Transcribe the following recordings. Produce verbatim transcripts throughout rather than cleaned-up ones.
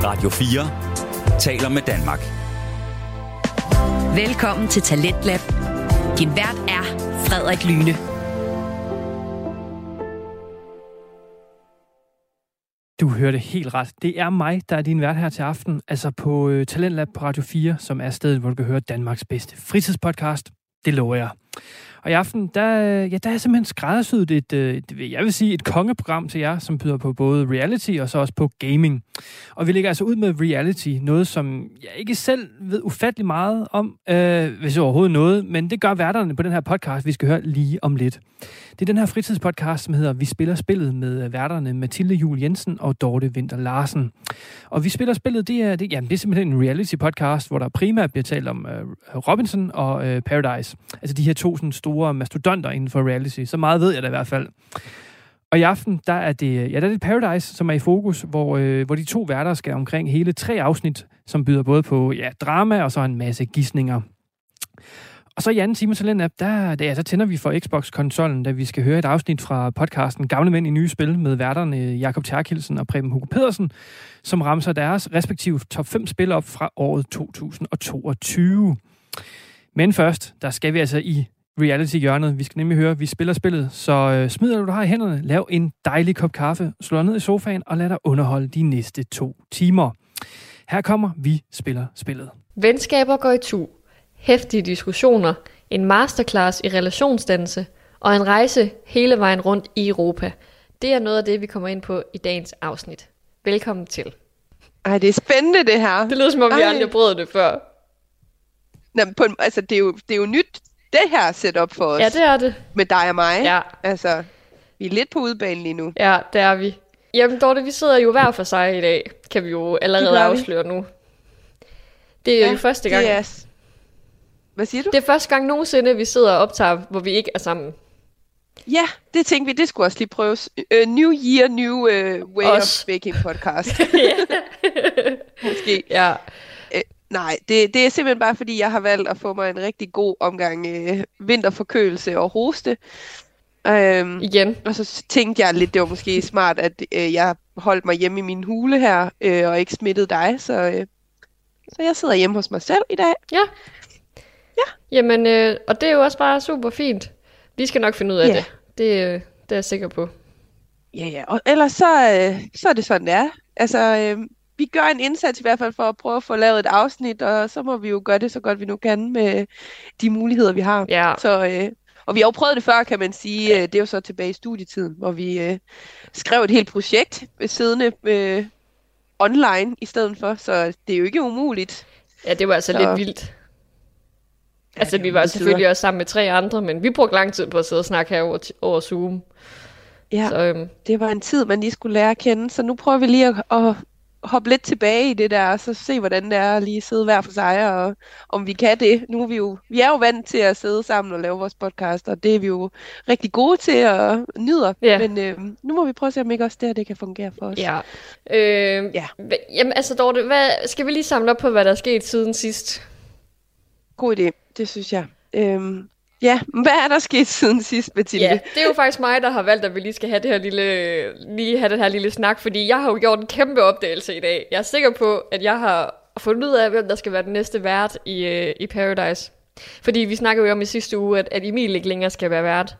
Radio fire taler med Danmark. Velkommen til Talentlab. Din vært er Frederik Lyne. Du hørte helt ret. Det er mig, der er din vært her til aften, altså på øh, Talentlab på Radio fire, som er stedet, hvor du kan høre Danmarks bedste fritidspodcast. Det lover jeg. Og i aften, der, ja, der er simpelthen skræddersyet et, et, jeg vil sige, et kongeprogram til jer, som byder på både reality og så også på gaming. Og vi lægger altså ud med reality, noget som jeg ikke selv ved ufattelig meget om, øh, hvis overhovedet noget, men det gør værterne på den her podcast, vi skal høre lige om lidt. Det er den her fritidspodcast, som hedder Vi spiller spillet med værterne Mathilde Juel Jensen og Dorte Winther Larsen. Og Vi spiller spillet, det er, det, jamen, det er simpelthen en reality-podcast, hvor der primært bliver talt om uh, Robinson og uh, Paradise. Altså de her to sådan, store mastodonter inden for reality. Så meget ved jeg da i hvert fald. Og i aften, der er det, ja, der er det Paradise, som er i fokus, hvor, øh, hvor de to værter skal omkring hele tre afsnit, som byder både på ja, drama og så en masse gidsninger. Og så i anden time Talentlab, der, der, der tænder vi for Xbox-konsollen, da vi skal høre et afsnit fra podcasten Gamle Mænd i Nye Spil med værterne Jakob Terkelsen og Preben Hugo Pedersen, som ramser deres respektive top fem spil op fra året to tusind toogtyve. Men først, der skal vi altså i reality-hjørnet. Vi skal nemlig høre, at vi spiller spillet, så øh, smid hvad du har i hænderne, lav en dejlig kop kaffe, slå ned i sofaen og lad dig underholde de næste to timer. Her kommer Vi spiller spillet. Venskaber går i tu. Heftige diskussioner, en masterclass i relationsdannelse og en rejse hele vejen rundt i Europa. Det er noget af det, vi kommer ind på i dagens afsnit. Velkommen til. Ej, det er spændende det her. Det lyder som om, vi Ej. aldrig har prøvet det før. Nå, på, altså, det er, jo, det er jo nyt, det her setup for os. Ja, det er det. Med dig og mig. Ja. Altså, vi er lidt på udbanen lige nu. Ja, det er vi. Jamen Dorte, vi sidder jo hver for sig i dag, kan vi jo allerede afsløre nu. Det er ja, jo første gang. Det er... Hvad siger du? Det er første gang nogensinde, vi sidder og optager, hvor vi ikke er sammen. Ja, det tænkte vi, det skulle også lige prøves. Uh, new year, new uh, way Os. of making podcast. Måske. Ja. Uh, nej, det, det er simpelthen bare, fordi jeg har valgt at få mig en rigtig god omgang uh, vinterforkølelse og hoste. Um, Igen. Og så tænkte jeg lidt, det var måske smart, at uh, jeg holdt mig hjemme i min hule her, uh, og ikke smittede dig. Så, uh, så jeg sidder hjemme hos mig selv i dag. Ja. Ja. Jamen, øh, og det er jo også bare super fint. Vi skal nok finde ud af yeah. det. Det, øh, det er jeg sikker på. Ja, ja. Og ellers så, øh, så er det sådan, det er. Altså, øh, vi gør en indsats i hvert fald for at prøve at få lavet et afsnit, og så må vi jo gøre det så godt vi nu kan med de muligheder, vi har. Ja. Så, øh, og vi har jo prøvet det før, kan man sige. Øh, det er jo så tilbage i studietiden, hvor vi øh, skrev et helt projekt ved siddende øh, online i stedet for, så det er jo ikke umuligt. Ja, det var altså så... lidt vildt. Altså, vi var selvfølgelig også sammen med tre andre, men vi brugte lang tid på at sidde og snakke her over, over Zoom. Ja, så, øhm. det var en tid, man lige skulle lære at kende, så nu prøver vi lige at, at hoppe lidt tilbage i det der, og så se, hvordan det er at lige sidde hver for sig, og om vi kan det. Nu er vi jo, vi er jo vant til at sidde sammen og lave vores podcast, og det er vi jo rigtig gode til at nyde. Ja. Men øh, nu må vi prøve at se, om ikke også det her, det kan fungere for os. Ja. Øh, ja. Jamen, altså Dorte, hvad, skal vi lige samle op på, hvad der er sket siden sidst? God idé. Det synes jeg. Øhm, ja, hvad er der sket siden sidst, Mathilde? Ja, det er jo faktisk mig, der har valgt, at vi lige skal have det her lille, lige have det her lille snak, fordi jeg har jo gjort en kæmpe opdagelse i dag. Jeg er sikker på, at jeg har fundet ud af, hvem der skal være den næste vært i, øh, i Paradise. Fordi vi snakkede jo om i sidste uge, at, at Emil ikke længere skal være vært.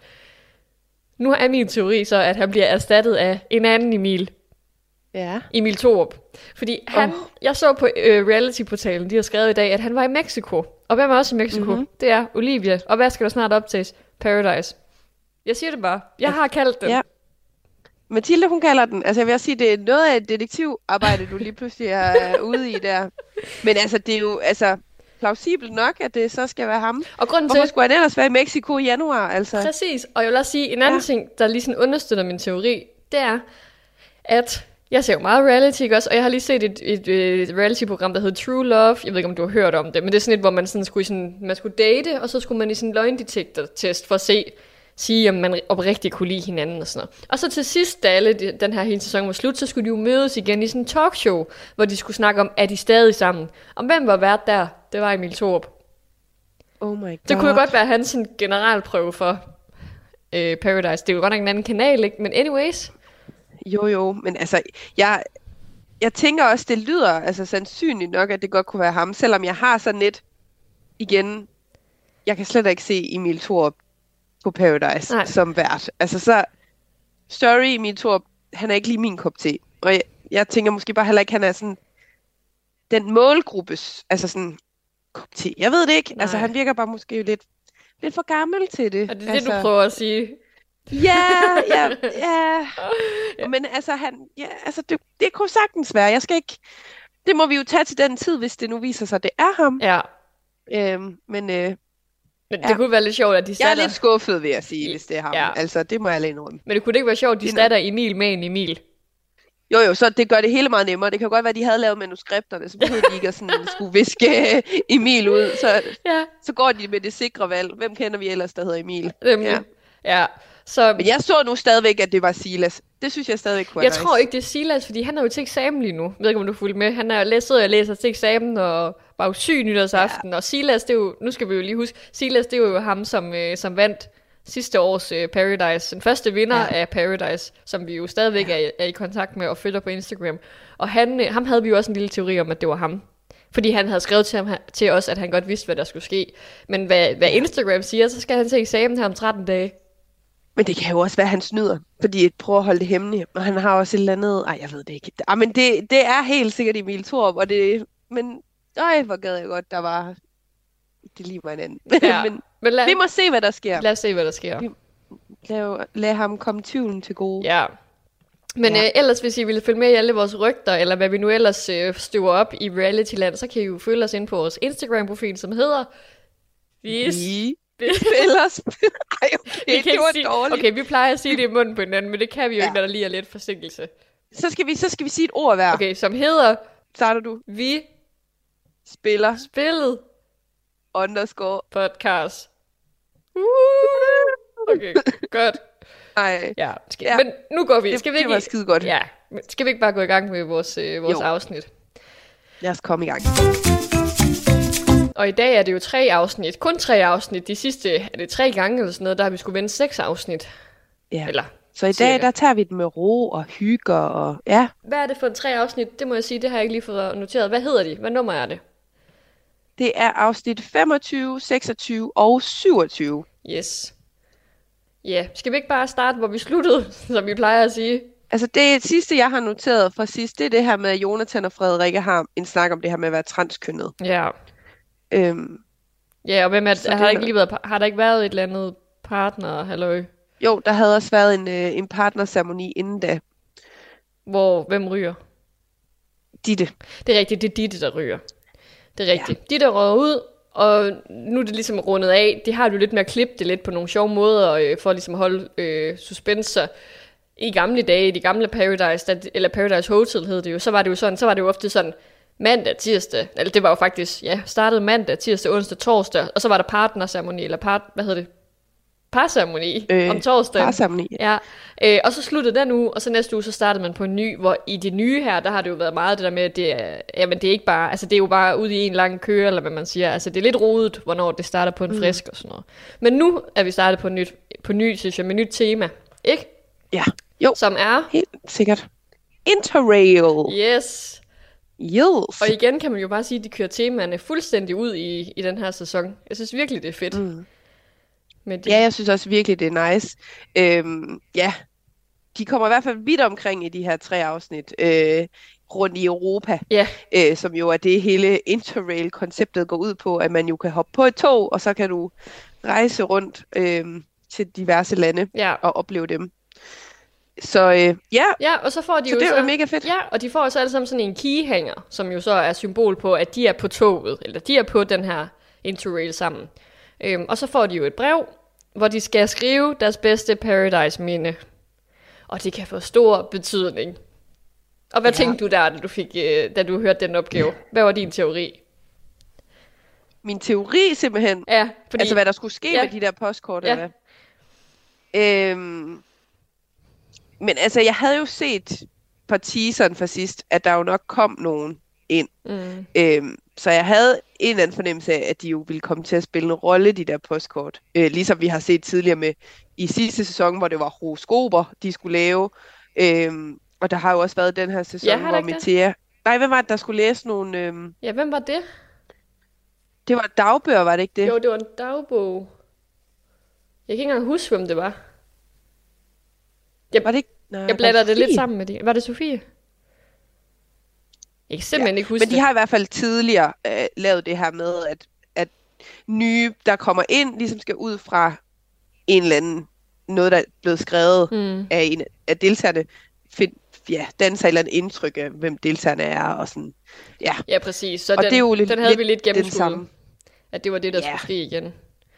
Nu er min teori så, at han bliver erstattet af en anden Emil. Ja. Emil Thorup. Fordi han, oh. jeg så på øh, reality-portalen, de har skrevet i dag, at han var i Mexico. Og hvem er også i Mexico? Mm-hmm. Det er Olivia. Og hvad skal der snart optages? Paradise. Jeg siger det bare. Jeg har kaldt den. Ja. Mathilde, hun kalder den. Altså jeg vil også sige, det er noget af et detektivarbejde, du lige pludselig er ude i der. Men altså, det er jo altså plausibelt nok, at det så skal være ham. Og grunden Hvorfor til... skulle han ellers være i Mexico i januar? Altså? Præcis. Og jeg vil også sige, en anden ja. ting, der lige sådan understøtter min teori, det er, at jeg ser jo meget reality også, og jeg har lige set et, et, et reality-program, der hedder True Love. Jeg ved ikke, om du har hørt om det, men det er sådan et, hvor man, sådan skulle, sådan, man skulle date, og så skulle man i sådan en løgndetektor-test for at se, sige, om man oprigtigt kunne lide hinanden og sådan noget. Og så til sidst, da alle de, den her hele sæson var slut, så skulle de jo mødes igen i sådan en talkshow, hvor de skulle snakke om, er de stadig sammen? Og hvem var vært der? Det var Emil Thorup. Oh my god. Det kunne jo godt være hans sådan, generalprøve for øh, Paradise. Det er jo godt nok en anden kanal, ikke? Men anyways. Jo jo, men altså, jeg, jeg tænker også, det lyder altså sandsynligt nok, at det godt kunne være ham, selvom jeg har sådan lidt, igen, jeg kan slet ikke se Emil Thorup på Paradise Nej. som vært. Altså så, sorry Emil Thorup, han er ikke lige min kop te. Og jeg, jeg tænker måske bare heller ikke, han er sådan, den målgruppes, altså sådan, kop te. Jeg ved det ikke, Nej. altså han virker bare måske lidt, lidt for gammel til det. Er det altså, det, du prøver at sige? Ja, ja, ja. ja. Men altså, han, ja, altså det, det kunne sagtens være. Jeg skal ikke, det må vi jo tage til den tid, hvis det nu viser sig, at det er ham. Ja. Øhm, men øh, men det ja. kunne være lidt sjovt, at de starter... Jeg er lidt skuffet, vil jeg sige, hvis det er ham. Ja. Altså, det må jeg alene indrømme. Men det kunne det ikke være sjovt, at de starter Emil med en Emil? Jo, jo, så det gør det hele meget nemmere. Det kan godt være, at de havde lavet manuskripterne, så behøvede de ikke at sådan, skulle viske Emil ud. Så, ja. så går de med det sikre valg. Hvem kender vi ellers, der hedder Emil? Emil. Ja. ja. Så... Men jeg så nu stadigvæk, at det var Silas. Det synes jeg stadigvæk kunne være Jeg nice. tror ikke, det er Silas, fordi han er jo til eksamen lige nu. Jeg ved ikke, om du fulgte med. Han er læst og læser til eksamen og var jo syg nytårsaften. Ja. Og Silas, det er jo, nu skal vi jo lige huske, Silas, det er jo ham, som, øh, som vandt sidste års øh, Paradise. Den første vinder ja. af Paradise, som vi jo stadigvæk ja. er, er i kontakt med og følger på Instagram. Og han, øh, ham havde vi jo også en lille teori om, at det var ham. Fordi han havde skrevet til, ham, til os, at han godt vidste, hvad der skulle ske. Men hvad, hvad Instagram siger, så skal han til eksamen her om tretten dage. Men det kan jo også være, at han snyder, fordi et prøver at holde det hemmeligt. Og han har også et eller andet... Ej, jeg ved det ikke. Ah, men det, det er helt sikkert Emil Thorup, og det... Men... Øj, hvor gad jeg godt, der var... Det lige var en anden. Ja, men men lad... vi må se, hvad der sker. Lad os se, hvad der sker. Vi... Lad, lad ham komme tvivlen til gode. Ja. Men ja. øh, ellers, hvis I ville følge med i alle vores rygter, eller hvad vi nu ellers øh, støver op i Realityland, så kan I jo følge os ind på vores Instagram-profil, som hedder... Vis... Vi... Spiller, Ej, okay, det var sige, dårligt. Okay, vi plejer at sige det i munden på hinanden, men det kan vi jo ja. ikke, når der lige er lidt forsinkelse. Så skal vi, så skal vi sige et ord hver. Okay, som hedder... Starter du? Vi... Spiller... Spillet... Underscore... Podcast. Okay, godt. Ej. Ja, skal, ja, men nu går vi. Det, skal vi ikke, det var skide godt. Ja, skal vi ikke bare gå i gang med vores, øh, vores afsnit? Lad os komme i gang. Og i dag er det jo tre afsnit. Kun tre afsnit. De sidste, er det tre gange eller sådan noget, der har vi skulle vende seks afsnit. Ja. Eller, så i dag, cirka. Der tager vi det med ro og hygge og... Ja. Hvad er det for en tre afsnit? Det må jeg sige, det har jeg ikke lige fået noteret. Hvad hedder de? Hvad nummer er det? Det er afsnit femogtyve, seksogtyve og syvogtyve. Yes. Ja, yeah. Skal vi ikke bare starte, hvor vi sluttede, som vi plejer at sige? Altså det sidste, jeg har noteret fra sidst, det er det her med, at Jonathan og Frederikke har en snak om det her med at være transkønnet. Ja. Øhm, ja, og hvem er, har, der ikke lige været, har der ikke været et eller andet partner, halløj? Jo, der havde også været en, øh, en partnerceremoni inden da. Hvor, hvem ryger? Ditte. Det er rigtigt, det er Ditte, der ryger. Det er rigtigt. Ja. Ditte røger ud, og nu er det ligesom rundet af. De har jo lidt med at klippe det lidt på nogle sjove måder, øh, for ligesom at holde øh, suspenser. I gamle dage, i de gamle Paradise, der, eller Paradise Hotel hed det jo, så var det jo sådan, så var det jo ofte sådan mandag, tirsdag, eller det var jo faktisk, ja, startede mandag, tirsdag, onsdag, torsdag, og så var der partnerceremoni, eller part, hvad hedder det? Parceremoni øh, om torsdagen. Parceremoni. Ja. Øh, og så sluttede den uge, og så næste uge, så startede man på en ny, hvor i det nye her, der har det jo været meget det der med, at det er, jamen det er ikke bare, altså det er jo bare ude i en lang køre, eller hvad man siger, altså det er lidt rodet, hvornår det starter på en frisk mm. og sådan noget. Men nu er vi startet på, nyt, på ny, synes jeg, med nyt tema, ikke? Ja, jo. Som er? Helt sikkert. Interrail. Yes. Yes. Og igen kan man jo bare sige, at de kører temaerne fuldstændig ud i, i den her sæson. Jeg synes virkelig, det er fedt. Mm. Men det... Ja, jeg synes også virkelig, det er nice. Øhm, ja, de kommer i hvert fald vidt omkring i de her tre afsnit øh, rundt i Europa. Ja. Øh, som jo er det hele Interrail-konceptet går ud på, at man jo kan hoppe på et tog, og så kan du rejse rundt øh, til diverse lande ja. og opleve dem. Så øh, ja. Ja, og så får de så jo det så... er jo mega fedt. Ja, og de får så alle sammen sådan en keyhanger, som jo så er symbol på, at de er på toget, eller de er på den her Interrail sammen. Øhm, og så får de jo et brev, hvor de skal skrive deres bedste Paradise-minde. Og det kan få stor betydning. Og hvad ja. tænkte du der, da du, fik, øh, da du hørte den opgave? Hvad var din teori? Min teori simpelthen? Ja, fordi... Altså hvad der skulle ske ja. med de der postkort, ja. eller hvad? Øhm... Men altså, jeg havde jo set på teaseren for sidst, at der jo nok kom nogen ind. Mm. Øhm, så jeg havde en eller anden fornemmelse af, at de jo ville komme til at spille en rolle, de der postkort. Øh, ligesom vi har set tidligere med i sidste sæson, hvor det var horoskoper, de skulle lave. Øhm, Og der har jo også været den her sæson, Ja, har der hvor ikke det? Metea... Nej, hvem var det, der skulle læse nogle... Øhm... Ja, hvem var det? Det var dagbøger, var det ikke det? Jo, det var en dagbog. Jeg kan ikke engang huske, hvem det var. Var det ikke... Nej, Jeg var blander det lidt Sofie? sammen med det. Var det Sofie? Jeg kan simpelthen Ja, ikke huske Men de har i hvert fald tidligere øh, lavet det her med, at, at nye, der kommer ind, ligesom skal ud fra en eller anden, noget, der er blevet skrevet Mm. af en af deltagerne, find, ja, danne sig et eller andet indtryk af, hvem deltagerne er, og sådan, ja. Ja, præcis. Så Og den, det er jo lidt- den havde lidt vi lidt den gennemskuddet. samme. At det var det, der Ja. skulle ske igen.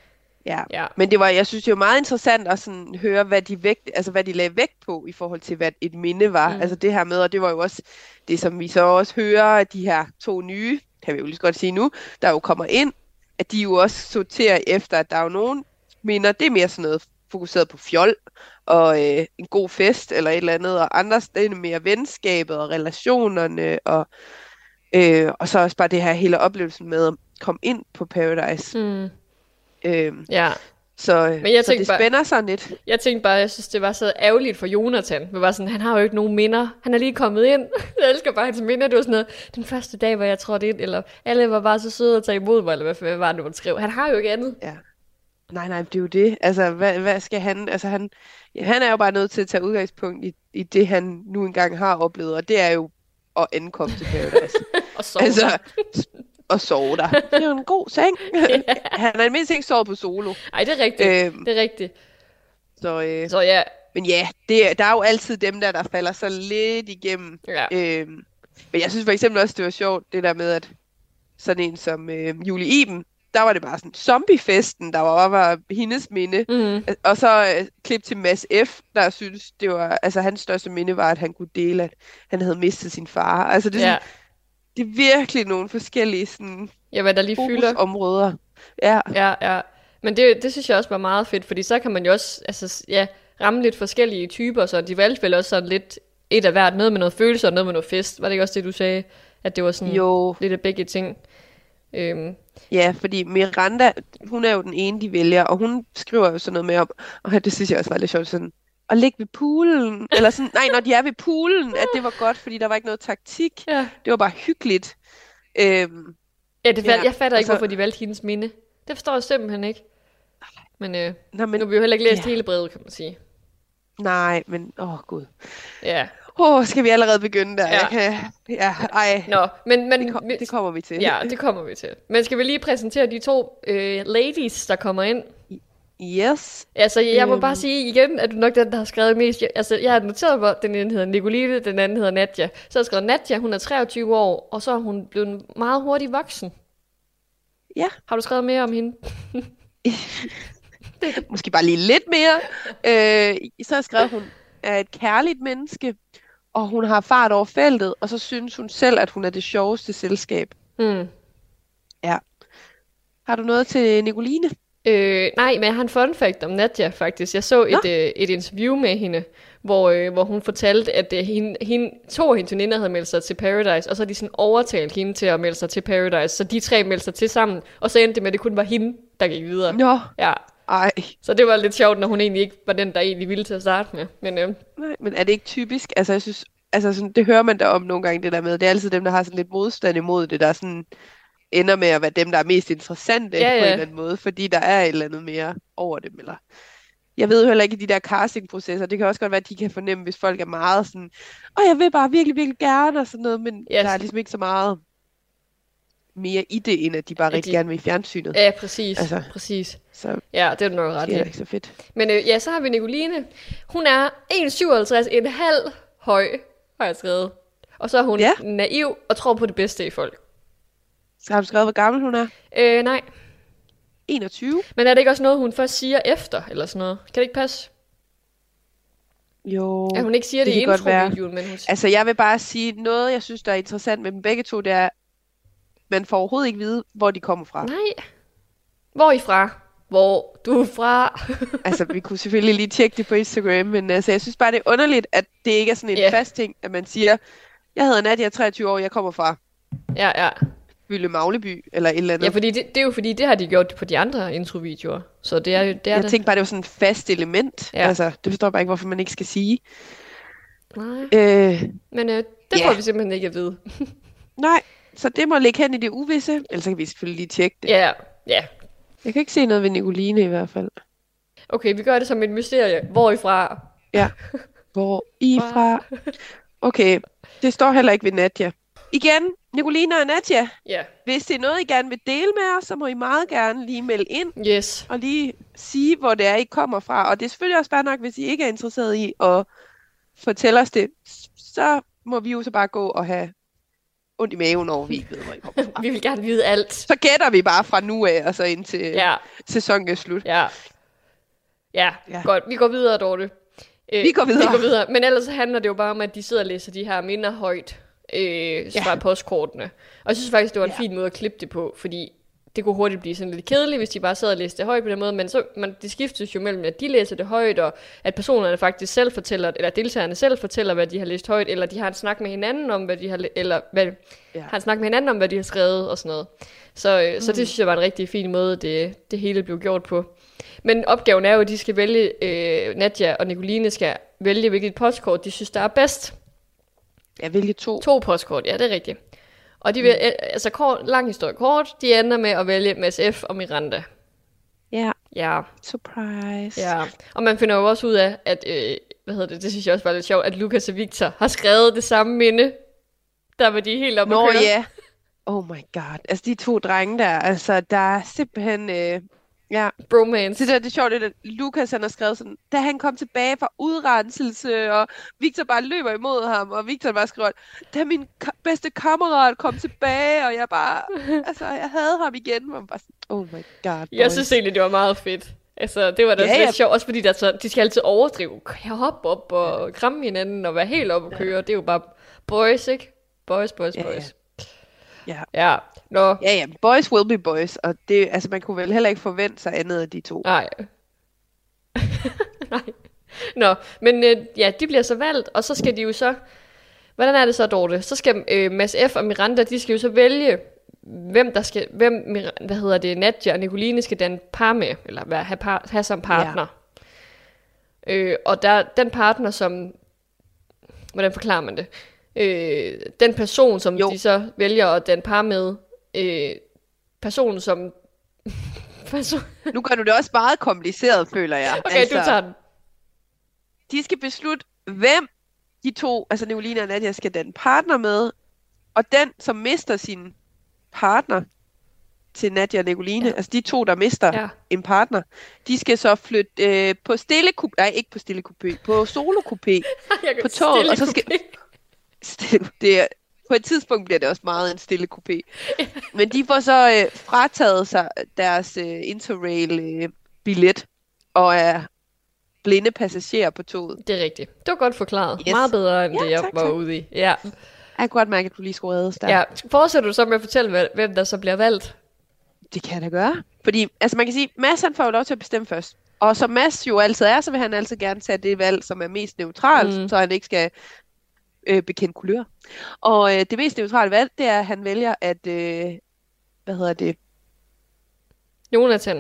Ja. Ja. Men det var, jeg synes, det var meget interessant at sådan høre, hvad de, vægt, altså, hvad de lagde vægt på i forhold til, hvad et minde var. Mm. Altså det her med, og det var jo også det, som vi så også hører af de her to nye, kan vi jo lige så godt sige nu, der jo kommer ind, at de jo også sorterer efter, at der er jo nogen minder, det er mere sådan noget fokuseret på fjol og øh, en god fest eller et eller andet, og andre det er mere venskabet og relationerne, og, øh, og så også bare det her hele oplevelsen med at komme ind på Paradise. Mm. Øh, Ja. så, Men jeg så tænkte det bare- spænder sådan lidt. Jeg tænkte bare, jeg synes, det var så ærgerligt for Jonathan. Det var sådan, han har jo ikke nogen minder. Han er lige kommet ind. Jeg elsker bare hans minder. Det var sådan noget, den første dag, hvor jeg trådte ind, eller alle var bare så søde at tage imod mig, eller hvad, hvad var det, man skrev. Han har jo ikke andet. Ja. Nej, nej, det er jo det. Altså, hvad, hvad skal han... Altså, han, ja, han er jo bare nødt til at tage udgangspunkt i, i det, han nu engang har oplevet, og det er jo at ankomme til Paradise. Og så altså, og sove der. Det er jo en god seng. Han har i mindst ikke sovet på solo. Ej, det er rigtigt. Øhm, Det er rigtigt. så, øh, Så ja, men ja, det, er- der er jo altid dem der, der falder så lidt igennem. ja. Øhm, men jeg synes for eksempel også, det var sjovt, det der med, at sådan en som øh, Julie Iben, der var det bare sådan zombiefesten, der var, var hendes minde. Mm. Og så øh, klip til Mads F., der synes, det var, altså hans største minde var, at han kunne dele, at han havde mistet sin far. Altså det er, Ja. sådan, det er virkelig nogle forskellige sådan, Ja, hvad der lige fylder. fokusområder. Ja, Ja, ja. Men det, det synes jeg også var meget fedt, fordi så kan man jo også altså, ja, ramme lidt forskellige typer, så de valgte vel også sådan lidt et af hvert, noget med noget følelse og noget med noget fest. Var det ikke også det, du sagde? At det var sådan jo. lidt af begge ting. Øhm, Ja, fordi Miranda, hun er jo den ene, de vælger, og hun skriver jo sådan noget med om, og det synes jeg også var lidt sjovt, sådan, at ligge ved poolen, eller sådan, nej, når de er ved poolen, at det var godt, fordi der var ikke noget taktik. ja. Det var bare hyggeligt. Øhm, Ja, det fald, Ja, jeg fatter og ikke, så- hvorfor de valgte hendes minde. Det forstår jeg simpelthen ikke. Men, øh, nå, men nu har vi jo heller ikke læst ja. hele brevet, kan man sige. nej, men, åh oh, gud. Ja. Åh, oh, skal vi allerede begynde der? Ja. Jeg kan, ja, ej, Nå, men... men det, kom, det kommer vi til. Ja, det kommer vi til. Men skal vi lige præsentere de to øh, ladies, der kommer ind? Yes. Altså, jeg må Øhm. bare sige igen, at du nok den, der har skrevet mest. Jeg, altså, jeg har noteret, hvor den ene hedder Nicoline, den anden hedder Nadja. Så har jeg skrevet Nadja, hun er treogtyve år, og så er hun blevet meget hurtigt voksen. Ja. Har du skrevet mere om hende? Måske bare lige lidt mere. Øh, så har jeg skrevet, at hun er et kærligt menneske, og hun har fart over feltet, og så synes hun selv, at hun er det sjoveste selskab. Hmm. Har du noget til Nicoline? Øh, nej, men jeg har en fun fact om Nadja, faktisk. Jeg så Nå. et, øh, et interview med hende, hvor, øh, hvor hun fortalte, at øh, hende, hende, to af hendes veninder havde meldt sig til Paradise, og så har de sådan overtalt hende til at melde sig til Paradise, så de tre meldte sig til sammen, og så endte det med, at det kun var hende, der gik videre. Nå, Ja, ej. så det var lidt sjovt, når hun egentlig ikke var den, der egentlig ville til at starte med. Men øh, Nej, men er det ikke typisk? Altså, jeg synes, altså sådan, det hører man da om nogle gange, det der med. Det er altid dem, der har sådan lidt modstand imod det, der sådan ender med at være dem, der er mest interessante Ja, på ja. en eller anden måde, fordi der er et eller andet mere over dem, eller... Jeg ved jo heller ikke i de der castingprocesser, det kan også godt være, at de kan fornemme, hvis folk er meget sådan, åh, jeg vil bare virkelig, virkelig gerne, og sådan noget, men Ja, der er så- ligesom ikke så meget mere i det, end at de bare At rigtig de- gerne vil i fjernsynet. ja, præcis, Altså. altså. præcis. Så Ja, det er du nok ret det er i. ikke så fedt. Men øh, ja, så har vi Nicoline. Hun er en komma syvoghalvtreds en halv høj, har jeg skrevet. Og så er hun Ja. naiv og tror på det bedste i folk. Så har du skrevet, hvor gammel hun er? Øh, nej. enogtyve? Men er det ikke også noget, hun først siger efter, eller sådan noget? Kan det ikke passe? Jo, At hun ikke siger det, det i kan godt være. introvideoen, men hun... altså jeg vil bare sige, noget jeg synes, der er interessant med dem begge to, det er, man får overhovedet ikke vide, hvor de kommer fra. Nej. Hvor er I fra? Hvor du er fra? Altså, vi kunne selvfølgelig lige tjekke det på Instagram, men altså, jeg synes bare, det er underligt, at det ikke er sådan en Ja. fast ting, at man siger, jeg hedder Nadia, jeg er treogtyve år, jeg kommer fra ja, ja. Byle Magleby, eller et eller andet. Ja, fordi det, det er jo fordi, det har de gjort på de andre introvideoer. Så det er jo det. Er jeg det. tænkte bare, det var sådan et fast element. Ja. Altså, det forstår jeg bare ikke, hvorfor man ikke skal sige. Nej. Øh, Men øh, det ja. får vi simpelthen ikke at vide. nej, så det må ligge hen i det uvisse. Ellers så kan vi selvfølgelig lige tjekke det. Ja, ja. Jeg kan ikke se noget ved Nicoline i hvert fald. Okay, vi gør det som et mysterie. Hvorifra? Ja. Hvor I fra? Okay, det står heller ikke ved Nadia. Igen, Nicoline og Nadia. Ja. Hvis det er noget, I gerne vil dele med os, så må I meget gerne lige melde ind. Yes. Og lige sige, hvor det er, I kommer fra. Og det er selvfølgelig også bare nok, hvis I ikke er interesseret i at fortælle os det, så må vi jo så bare gå og have ondt i maven over, vi ikke ved, hvor I kommer fra. Vi vil gerne vide alt. Så gætter vi bare fra nu af, og så indtil Ja. sæsonen er slut. Ja. Ja, Ja. godt. Vi går videre, Dorte. Øh, Vi går videre. Vi går videre. Men ellers så handler det jo bare om, at de sidder og læser de her minder højt øh, Ja. fra postkortene. Og jeg synes faktisk, det var en Ja. fin måde at klippe det på, fordi det kunne hurtigt blive sådan lidt kedeligt, hvis de bare sad og læste det højt på den måde. Men så, man, det skiftes jo mellem, at de læser det højt, og at personerne faktisk selv fortæller, eller deltagerne selv fortæller, hvad de har læst højt, eller de har en snak med hinanden om, hvad de har, eller hvad, Ja. har en snak med hinanden om, hvad de har skrevet og sådan noget. Så, øh, mm. så det synes jeg var en rigtig fin måde, det, det hele blev gjort på. Men opgaven er jo, at de skal vælge, øh, Nadia og Nicoline skal vælge, hvilket postkort de synes, der er bedst. Jeg vælger to. To postkort, ja, det er rigtigt. Og de vil, mm. altså kort, lang historie kort, de ender med at vælge Mads F. og Miranda. Ja, Ja, surprise. ja. Og man finder jo også ud af, at, øh, hvad hedder det, det synes jeg også var lidt sjovt, at Lukas og Victor har skrevet det samme minde. Der var de helt oppe Nå at køre. ja. Oh my god. Altså de to drenge der, altså der er simpelthen... Øh, ja, Bromance. det der det er sjovt, at Lukas han har skrevet sådan, da han kom tilbage fra udrenselse, og Victor bare løber imod ham, og Victor bare skriver, da min ka- bedste kammerat kom tilbage, og jeg bare, altså jeg havde ham igen, og man bare sådan, oh my god. Jeg boys. synes egentlig, det var meget fedt. Altså, det var da Ja, ja, ja. lidt sjovt, også fordi der, så, de skal altid overdrive. Hoppe op og kramme hinanden og være helt oppe og køre. Det er jo bare boys, ikke? Boys, boys, Ja, ja. boys. Ja. Ja, nå. Ja, ja, boys will be boys, og det, altså man kunne vel heller ikke forvente sig andet af de to. Nej. Nej. Nå, men øh, ja, de bliver så valgt, og så skal de jo så... Hvordan er det så, Dorte? Så skal øh, Mads F. og Miranda, de skal jo så vælge, hvem der skal... Hvem, Mir- hvad hedder det, Nadia og Nicoline skal danne par med, eller hvad, have, par, have som partner. Ja. Øh, og der den partner, som... Hvordan forklarer man det? Øh, den person, som Jo. de så vælger at danne par med, øh, personen, som... person... Nu gør du det også meget kompliceret, føler jeg. Okay, altså, du tager den. De skal beslutte, hvem de to, altså Nicoline og Nadia, skal danne partner med, og den, som mister sin partner til Nadia og Nicoline, Ja. ja. altså de to, der mister Ja. ja. en partner, de skal så flytte øh, på stille kupé, nej, ikke på stille kupé, på solo kupé, Jeg kan på toget, stille og så skal- kupé. Stille- det er, på et tidspunkt bliver det også meget en stille kupé. Men de får så øh, frataget sig deres øh, Interrail-billet, og er blinde passagerer på toget. Det er rigtigt. Det var godt forklaret. Yes. Meget bedre, end Ja, det jeg tak, var tak. ude i. Ja. Jeg kan godt mærke, at du lige skulle reddes der. Ja. Fortsætter du så med at fortælle, hvad- hvem der så bliver valgt? Det kan jeg da gøre. Fordi, altså man kan sige, Mads han får jo lov til at bestemme først. Og som Mads jo altid er, så vil han altid gerne tage det valg, som er mest neutralt, Mm. mm. så han ikke skal øh, bekende kulør. Og øh, det mest neutrale valg, det er, at han vælger at, øh, hvad hedder det? Jonathan.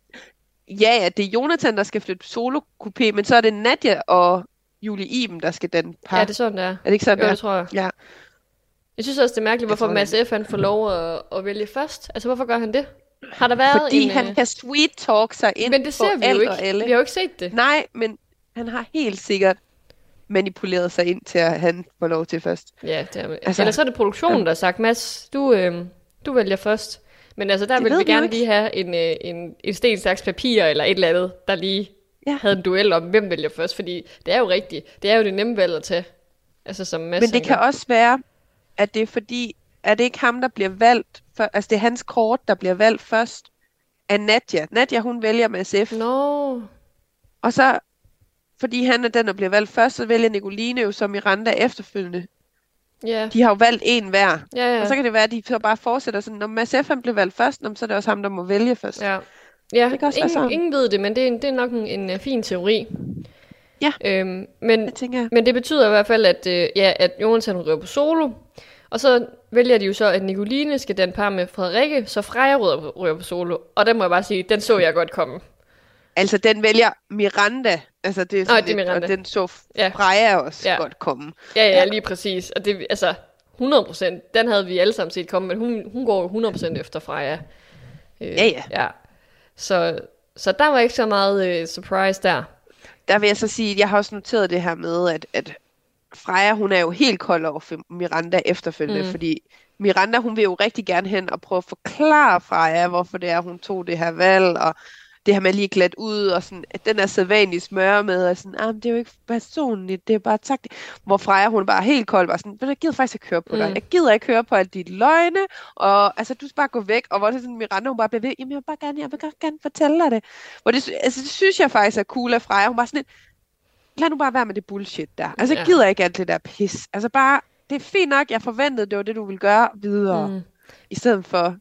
Ja, ja, det er Jonathan, der skal flytte solo kupé, men så er det Nadia og Julie Iben, der skal danne par. Ja, det er sådan, det er. Er det ikke sådan, Jo, det det tror jeg. Ja. Jeg synes også, det er mærkeligt, hvorfor tror, Mads F. han får lov at, at vælge først. Altså, hvorfor gør han det? Har der været Fordi en... han øh, kan sweet talk sig ind Men det på ser vi jo alt ikke. og alle. Vi har jo ikke set det. Nej, men han har helt sikkert manipuleret sig ind til, at han får lov til først. Ja, det er, altså, Altså, eller så er det produktionen, der har sagt, Mads, du, øh, du vælger først. Men altså, der Det vil ved vi vi jo gerne ikke. lige have en, øh, en, en sten, saks, papir eller et eller andet, der lige Ja. havde en duel om, hvem vælger først. Fordi det er jo rigtigt. Det er jo det nemme valg at tage. Altså, som Mads Men det han kan gør. også være, at det er fordi, at det ikke ham, der bliver valgt, for, altså det er hans kort, der bliver valgt først af Nadia. Nadia, hun vælger med S F. Nå, Og så, fordi han er den, der bliver valgt først, så vælger Nicoline jo som Miranda efterfølgende. ja. De har jo valgt en hver. Ja, ja. Og så kan det være, at de så bare fortsætter sådan, når Mads F. han blev valgt først, nå, så er det også ham, der må vælge først. Ja, ja. Det kan også være ingen, sådan. ingen ved det, men det er, en, det er nok en, en uh, fin teori. Ja. Øhm, men, Det tænker jeg. men det betyder i hvert fald, at, øh, ja, at Jonathan ryger på solo. Og så vælger de jo så, at Nicoline skal danne par med Frederikke, så Freja ryger ryger på solo. Og der må jeg bare sige, den så jeg godt komme. Altså, den vælger Miranda. Altså, det er sådan Nå, det er lidt, Miranda. og den så Ja. Freja også Ja. godt komme. Ja, ja, Ja. lige præcis. Og det, altså, hundrede procent, den havde vi alle sammen set komme, men hun, hun går hundrede procent efter Freja. Øh, Ja, ja. ja. Så, så der var ikke så meget øh, surprise der. Der vil jeg så sige, at jeg har også noteret det her med, at, at Freja, hun er jo helt kold over for Miranda efterfølgende, Mm. mm. fordi Miranda, hun vil jo rigtig gerne hen og prøve at forklare Freja, hvorfor det er, hun tog det her valg, og det her med lige glat ud, og sådan, at den er sædvanlig smør med, og sådan, ah, men det er jo ikke personligt, det er bare taktisk. Hvor Freja, hun bare helt kold, var sådan, men jeg gider faktisk ikke høre på dig, Mm. jeg gider ikke høre på alle de løgne, og altså, du skal bare gå væk, og hvor det er sådan, Miranda, hun bare bliver ved, jamen jeg vil bare gerne, jeg vil godt gerne fortælle dig det. Hvor det, altså, det synes jeg faktisk er cool af Freja, hun bare sådan lidt, lad nu bare være med det bullshit der. Altså, jeg Ja. gider ikke alt det der pis. Altså bare, det er fint nok, jeg forventede, det var det, du ville gøre videre. Mm. I stedet for,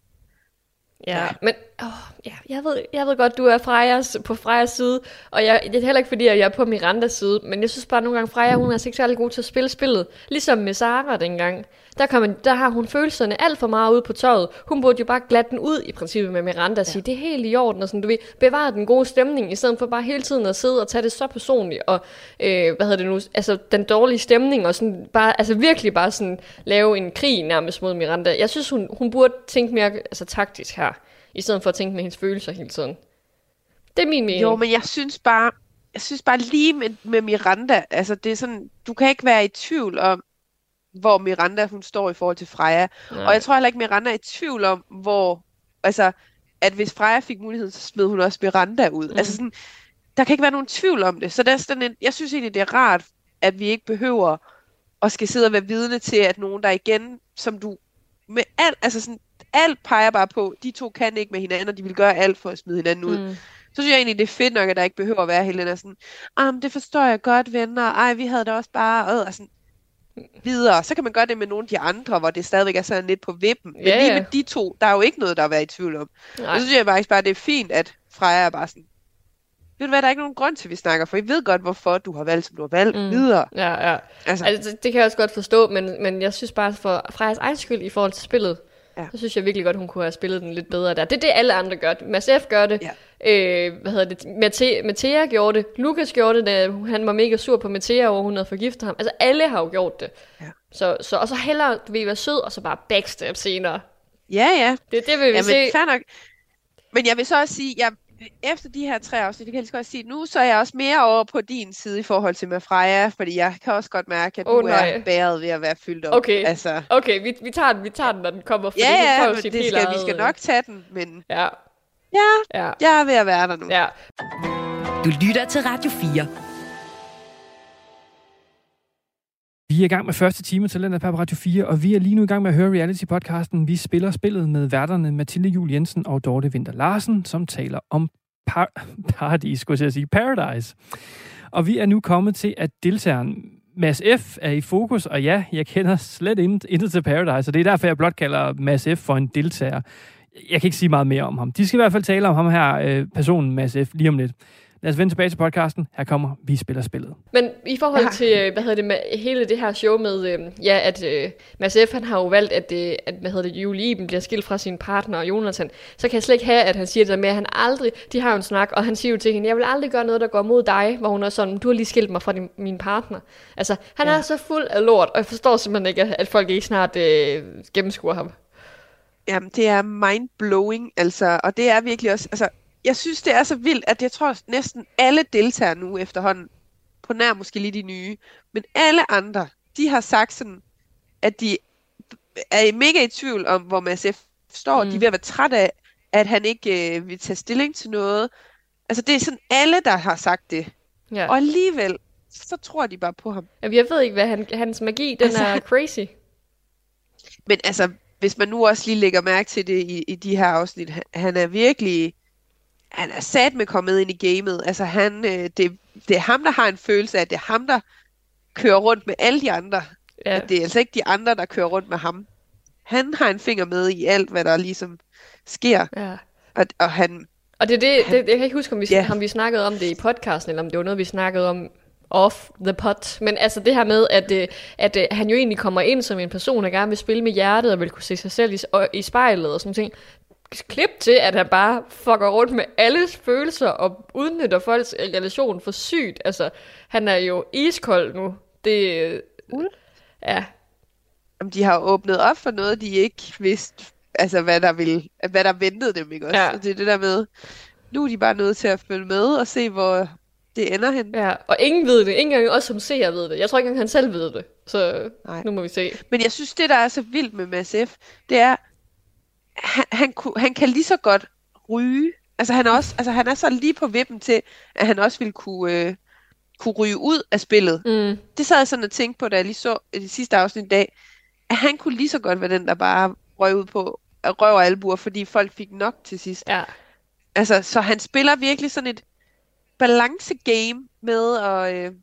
Ja, Ja. men åh, ja, jeg, ved, jeg ved godt, du er Frejas, på Frejas side, og jeg, det er heller ikke fordi, at jeg er på Mirandas side, men jeg synes bare nogle gange, Freja, hun er ikke særlig god til at spille spillet. Ligesom med Sara dengang. Der, kan man, der har hun følelserne alt for meget ude på tøjet. Hun burde jo bare glatte den ud i princippet med Miranda og sige, ja. Det er helt i orden, og sådan, du ved, bevare den gode stemning, i stedet for bare hele tiden at sidde og tage det så personligt, og øh, hvad hedder det nu, altså den dårlige stemning, og sådan bare, altså virkelig bare sådan lave en krig nærmest mod Miranda. Jeg synes, hun, hun burde tænke mere altså, taktisk her, i stedet for at tænke med hendes følelser hele tiden. Det er min mening. jo, men jeg synes bare, jeg synes bare lige med, med Miranda, altså det er sådan, du kan ikke være i tvivl om, hvor Miranda, hun står i forhold til Freja. Nej. Og jeg tror heller ikke, Miranda er i tvivl om, hvor, altså, at hvis Freja fik muligheden, så smed hun også Miranda ud. Mm. Altså sådan, der kan ikke være nogen tvivl om det. Så der er sådan en, jeg synes egentlig, det er rart, at vi ikke behøver at skal sidde og være vidne til, at nogen, der igen, som du, med alt, altså sådan, alt peger bare på, de to kan ikke med hinanden, og de vil gøre alt for at smide hinanden ud. Mm. Så synes jeg egentlig, det er fedt nok, at der ikke behøver at være hele den der sådan, ah, det forstår jeg godt, venner, ej, vi havde det også bare, øh, og sådan, videre. Så kan man gøre det med nogle af de andre, hvor det stadigvæk er sådan lidt på vippen. Men Ja, lige ja. med de to, der er jo ikke noget, der er været i tvivl om. Nej. Og så synes jeg faktisk bare, det er fint, at Freja er bare sådan, ved du hvad, der er ikke nogen grund til, at vi snakker, for I ved godt, hvorfor du har valgt, som du har valgt, Mm. mm. videre. Ja, ja. Altså, Altså, det, det kan jeg også godt forstå, men, men jeg synes bare, for Frejas egen skyld i forhold til spillet, Ja. så synes jeg virkelig godt, hun kunne have spillet den lidt bedre der. Det er det, alle andre gør. Mads F. gør det. Ja. Øh, hvad hedder det? Mate, Mathea gjorde det. Lukas gjorde det, da han var mega sur på Mathea, over hun havde forgiftet ham. Altså, alle har jo gjort det. Ja. Så, så, og så hellere, du vil være sød, og så bare backstab senere. ja, ja. Det, det vil vi Jamen, se. fair nok. Men jeg vil så også sige, jeg, efter de her tre afsnit, det kan jeg lige så godt sige, nu så er jeg også mere over på din side i forhold til med Freja, fordi jeg kan også godt mærke, at Åh, du nej. er bæret ved at være fyldt op. Okay. Altså, Okay, vi, vi, tager den, vi tager den, når den kommer. For ja, det, ja, får jo men sit det helt skal, vi eget, skal øh, nok tage den, men Ja, ja, ja, jeg er ved at være der nu. ja. Du lytter til Radio fire. Vi er i gang med første time til Talentlab på Radio fire, og vi er lige nu i gang med at høre reality-podcasten. Vi spiller spillet med værterne Mathilde Juel Jensen og Dorte Winther Larsen, som taler om par- paradis, skulle jeg sige, Paradise. Og vi er nu kommet til, at deltageren Mads F. er i fokus, og ja, jeg kender slet intet til Paradise, og det er derfor, jeg blot kalder Mads F. for en deltager. Jeg kan ikke sige meget mere om ham. De skal i hvert fald tale om ham her, øh, personen Mads F. lige om lidt. Lad os vende tilbage til podcasten. Her kommer Vi spiller spillet. Men i forhold Ja. til, øh, hvad hedder det, med hele det her show med, øh, ja, at øh, Mads F. han har jo valgt, at, øh, at hvad hedder det, Julie Iben bliver skilt fra sin partner, Jonathan, så kan jeg slet ikke have, at han siger det der med, at han aldrig, de har jo en snak, og han siger jo til hende, jeg vil aldrig gøre noget, der går mod dig, hvor hun er sådan, du har lige skilt mig fra din, min partner. Altså, han ja. er så fuld af lort, og jeg forstår simpelthen ikke, at, at folk ikke snart øh, gennemskuer ham. Jamen, det er mind-blowing, altså, og det er virkelig også, altså, jeg synes, det er så vildt, at jeg tror næsten alle deltager nu efterhånden, på nær måske lige de nye, men alle andre, de har sagt sådan, at de er mega i tvivl om, hvor Mads F. står. Mm. De er ved at være træt af, at han ikke øh, vil tage stilling til noget. Altså, det er sådan alle, der har sagt det. Ja. Og alligevel, så tror de bare på ham. Jamen, jeg ved ikke, hvad han, hans magi, den Altså, er crazy. Men altså, hvis man nu også lige lægger mærke til det i, i de her afsnit, han, han er virkelig, han er sat med kommet ind i gamet. Altså han, øh, det, det er ham, der har en følelse af, at det er ham, der kører rundt med alle de andre. Ja. At det er altså ikke de andre, der kører rundt med ham. Han har en finger med i alt, hvad der ligesom sker. Ja. Og, og han, Og det er det, det, jeg kan ikke huske, om vi, Ja. om vi snakkede om det i podcasten, eller om det var noget, vi snakkede om off the pot. Men altså det her med, at, øh, at, at han jo egentlig kommer ind som en person, der gerne vil spille med hjertet, og vil kunne se sig selv i, og, i spejlet og sådan ting. klip til, at han bare fucker rundt med alles følelser og udnytter folks relation for sygt. Altså, han er jo iskold nu. Det, uh. ja. Jamen, de har åbnet op for noget, de ikke vidste, altså hvad der ville, hvad der ventede dem, ikke også? Ja. Det er det der med, nu er de bare nødt til at følge med og se, hvor det ender hen. Ja, og ingen ved det. Ingen engang også som seer ved det. Jeg tror ikke engang, han selv ved det. Så Nej. Nu må vi se. Men jeg synes, det der er så vildt med Mads F., det er, han, han, han kan lige så godt ryge. Altså han er, også, altså, han er så lige på vippen til, at han også ville kunne, øh, kunne ryge ud af spillet. Mm. Det sad jeg sådan og tænkte på, da jeg lige så det sidste afsnit i dag, at han kunne lige så godt være den, der bare røg ud på røv og albuer, fordi folk fik nok til sidst. Ja. Altså, så han spiller virkelig sådan et balance-game med at, øh,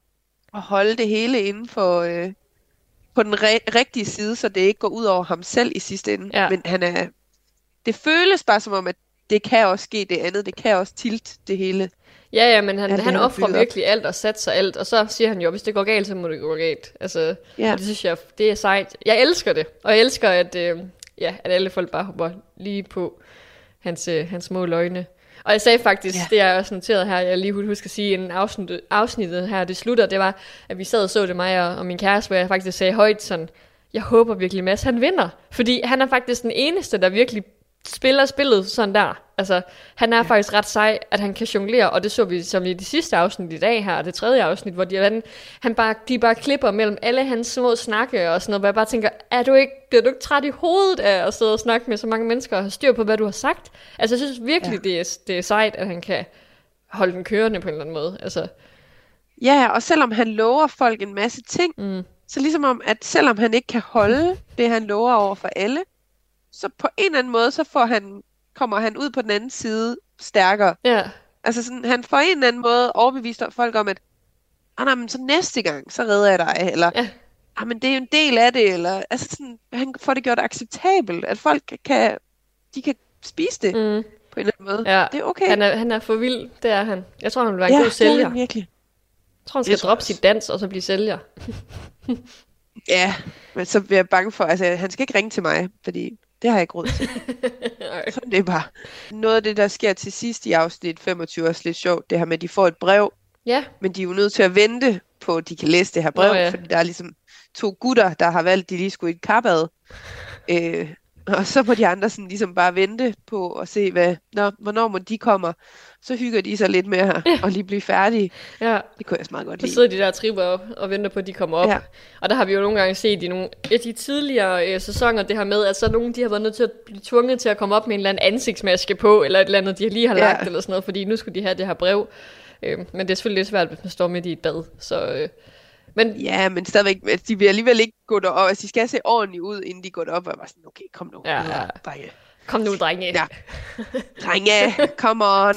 at holde det hele inden for øh, på den re- rigtige side, så det ikke går ud over ham selv i sidste ende. Ja. Men han er, det føles bare som om, at det kan også ske det andet. Det kan også tilt det hele. Ja, ja, men han, han han offrer virkelig alt og satser alt, og så siger han jo, hvis det går galt, så må det gå galt. Altså, ja. Og det synes jeg, det er sejt. Jeg elsker det, og jeg elsker, at, øh, ja, at alle folk bare hopper lige på hans, øh, hans små løgne. Og jeg sagde faktisk, ja. Det er også noteret her, jeg lige husker at sige, en afsnit, afsnittet her, det slutter, det var, at vi sad og så det, mig og, og min kæreste, hvor jeg faktisk sagde højt sådan, jeg håber virkelig, Mads, han vinder. Fordi han er faktisk den eneste, der virkelig spiller spillet sådan der. Altså, han er ja. faktisk ret sej, at han kan jonglere, og det så vi som i de sidste afsnit i dag her, det tredje afsnit, hvor de, han, han bare, de bare klipper mellem alle hans små snakke og sådan noget, hvor jeg bare tænker, er du ikke, bliver du ikke træt i hovedet af at sidde og snakke med så mange mennesker og have styr på, hvad du har sagt? Altså, jeg synes virkelig, ja. det, er, det er sejt, at han kan holde den kørende på en eller anden måde. Altså. Ja, og selvom han lover folk en masse ting, mm. så ligesom om, at selvom han ikke kan holde det, han lover over for alle, så på en eller anden måde, så får han, kommer han ud på den anden side stærkere. Ja. Altså sådan, han får en eller anden måde overbevist folk om, at ah, nej, men så næste gang, så redder jeg dig, eller ja. ah, men det er jo en del af det, eller altså sådan, han får det gjort acceptabelt, at folk kan, de kan spise det mm. på en eller anden måde. Ja. Det er okay. Han er, han er for vild, det er han. Jeg tror, han vil være en ja, god sælger. Ja, virkelig. Jeg tror, han skal droppe sit dans, og så blive sælger. Ja, men så bliver jeg bange for, altså han skal ikke ringe til mig, fordi det har jeg ikke råd til. Sådan det er bare. Noget af det, der sker til sidst i afsnit femogtyve, er også lidt sjovt. Det her med, at de får et brev, ja. men de er jo nødt til at vente på, at de kan læse det her brev, Nå, ja. fordi der er ligesom to gutter, der har valgt, at de lige skulle i et karbad. Øh, og så må de andre sådan ligesom bare vente på at se, hvad, når, hvornår må de kommer. Så hygger de sig lidt med her, ja. og lige blive færdige. Ja. Det kunne jeg så meget godt lide. Så sidder de der og tripper op og venter på, at de kommer op. Ja. Og der har vi jo nogle gange set i nogle af de tidligere øh, sæsoner, det her med, at så nogle de har været nødt til at blive tvunget til at komme op med en eller anden ansigtsmaske på, eller et eller andet, de lige har lagt, ja. eller sådan noget, fordi nu skulle de have det her brev. Øh, men det er selvfølgelig lidt svært, hvis man står midt i et bad. Så, øh, men ja, men stadigvæk, de vil alligevel ikke gå derop. Altså, de skal se ordentligt ud, inden de går derop, og jeg var sådan, okay, kom nu. Ja, ja. Drenge. Kom nu, drenge. Ja. Drenge, come on.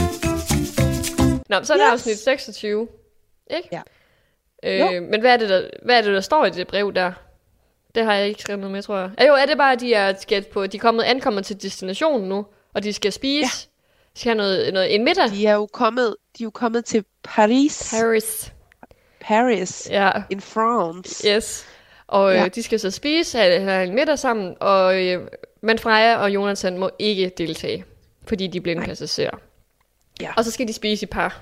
Nå, så er det yes. afsnit seksogtyve, ikke? Ja. Øh, men hvad er, det, der, hvad er det, der står i det brev der? Det har jeg ikke skrevet noget med, tror jeg. Ja, jo, er det bare, at de er, skal på, de er kommet, ankommet til destinationen nu, og de skal spise? Ja. De skal have noget, noget, en middag? De er jo kommet, de er jo kommet til Paris. Paris. Paris. Ja. In France. Yes. Og ja. øh, de skal så spise, have, have en middag sammen, og, øh, men Freja og Jonathan må ikke deltage, fordi de er blinde passagerer. Ja. Og så skal de spise i par.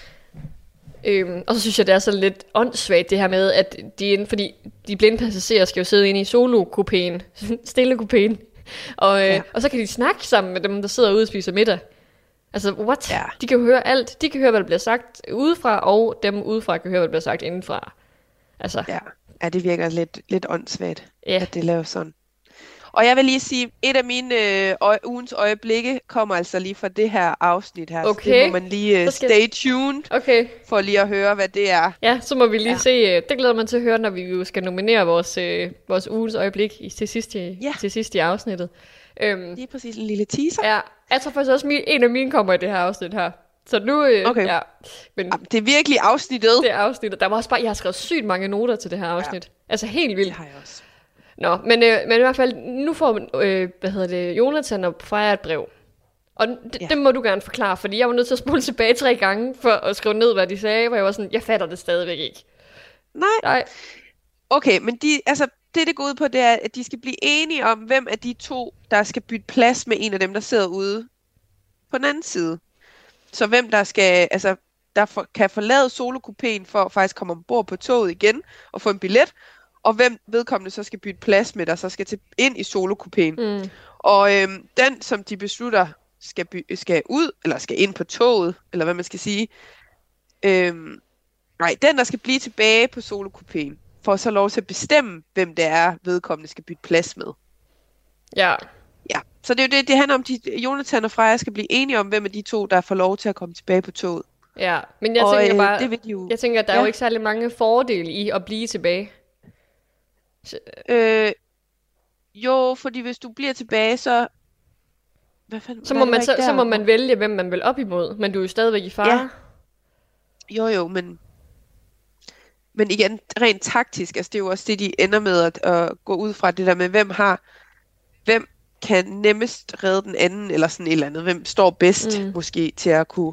Øhm, og så synes jeg, det er så lidt åndssvagt det her med, at de, fordi de blinde passagerer skal jo sidde inde i solo-kupéen, stille-kupéen, og, øh, ja. og så kan de snakke sammen med dem, der sidder ude og spiser middag. Altså, what? Ja. De kan jo høre alt. De kan høre, hvad der bliver sagt udefra, og dem udefra kan høre, hvad der bliver sagt indenfra. Altså. Ja. ja, det virker lidt, lidt åndssvagt, ja. at det laves sådan. Og jeg vil lige sige, et af mine øh, øje, ugens øjeblikke kommer altså lige fra det her afsnit her. Okay. Så det må man lige uh, skal... stay tuned okay. for lige at høre, hvad det er. Ja, så må vi lige ja. se. Det glæder man til at høre, når vi jo skal nominere vores, øh, vores ugens øjeblik i, til sidst i, ja. til sidst i afsnittet. Øhm, det er præcis en lille teaser. Ja, jeg tror faktisk også, min, en af mine kommer i det her afsnit her. Så nu, øh, okay. ja. Men det er virkelig afsnittet. Det er afsnittet. Der var også bare, jeg har skrevet sygt mange noter til det her afsnit. Ja. Altså helt vildt. Det har jeg også. Nå, men, øh, men i hvert fald, nu får øh, hvad hedder det, Jonathan og Freja et brev. Og d- ja. det må du gerne forklare, fordi jeg var nødt til at spole tilbage tre gange, for at skrive ned, hvad de sagde, hvor jeg var sådan, jeg fatter det stadigvæk ikke. Nej. Nej. Okay, men de, altså, det, det går ud på, det er, at de skal blive enige om, hvem af de to, der skal bytte plads med en af dem, der sidder ude på den anden side. Så hvem der skal, altså, der for, kan forlade solokupéen for at faktisk komme ombord på toget igen og få en billet, og hvem vedkommende så skal bytte plads med, der så skal til, ind i solokupéen. Mm. Og øhm, den, som de beslutter skal, by, skal ud, eller skal ind på toget, eller hvad man skal sige, øhm, nej, den, der skal blive tilbage på solokupéen, får så lov til at bestemme, hvem det er, vedkommende skal bytte plads med. Ja. Ja, så det er jo det, det handler om, at Jonathan og Freja skal blive enige om, hvem af de to, der får lov til at komme tilbage på toget. Ja, men jeg og, tænker øh, bare, det vil de jo... jeg tænker, at der ja. er jo ikke særlig mange fordele i at blive tilbage. Så... Øh, jo, fordi hvis du bliver tilbage, så... Hvad fanden, så, må man, så, så må man vælge, hvem man vil op imod, men du er jo stadigvæk i fare. Ja. Jo, jo, men... Men igen, rent taktisk, altså det er jo også det, de ender med at, at gå ud fra, det der med, hvem har... Hvem kan nemmest redde den anden, eller sådan et eller andet. Hvem står bedst, mm. måske, til at kunne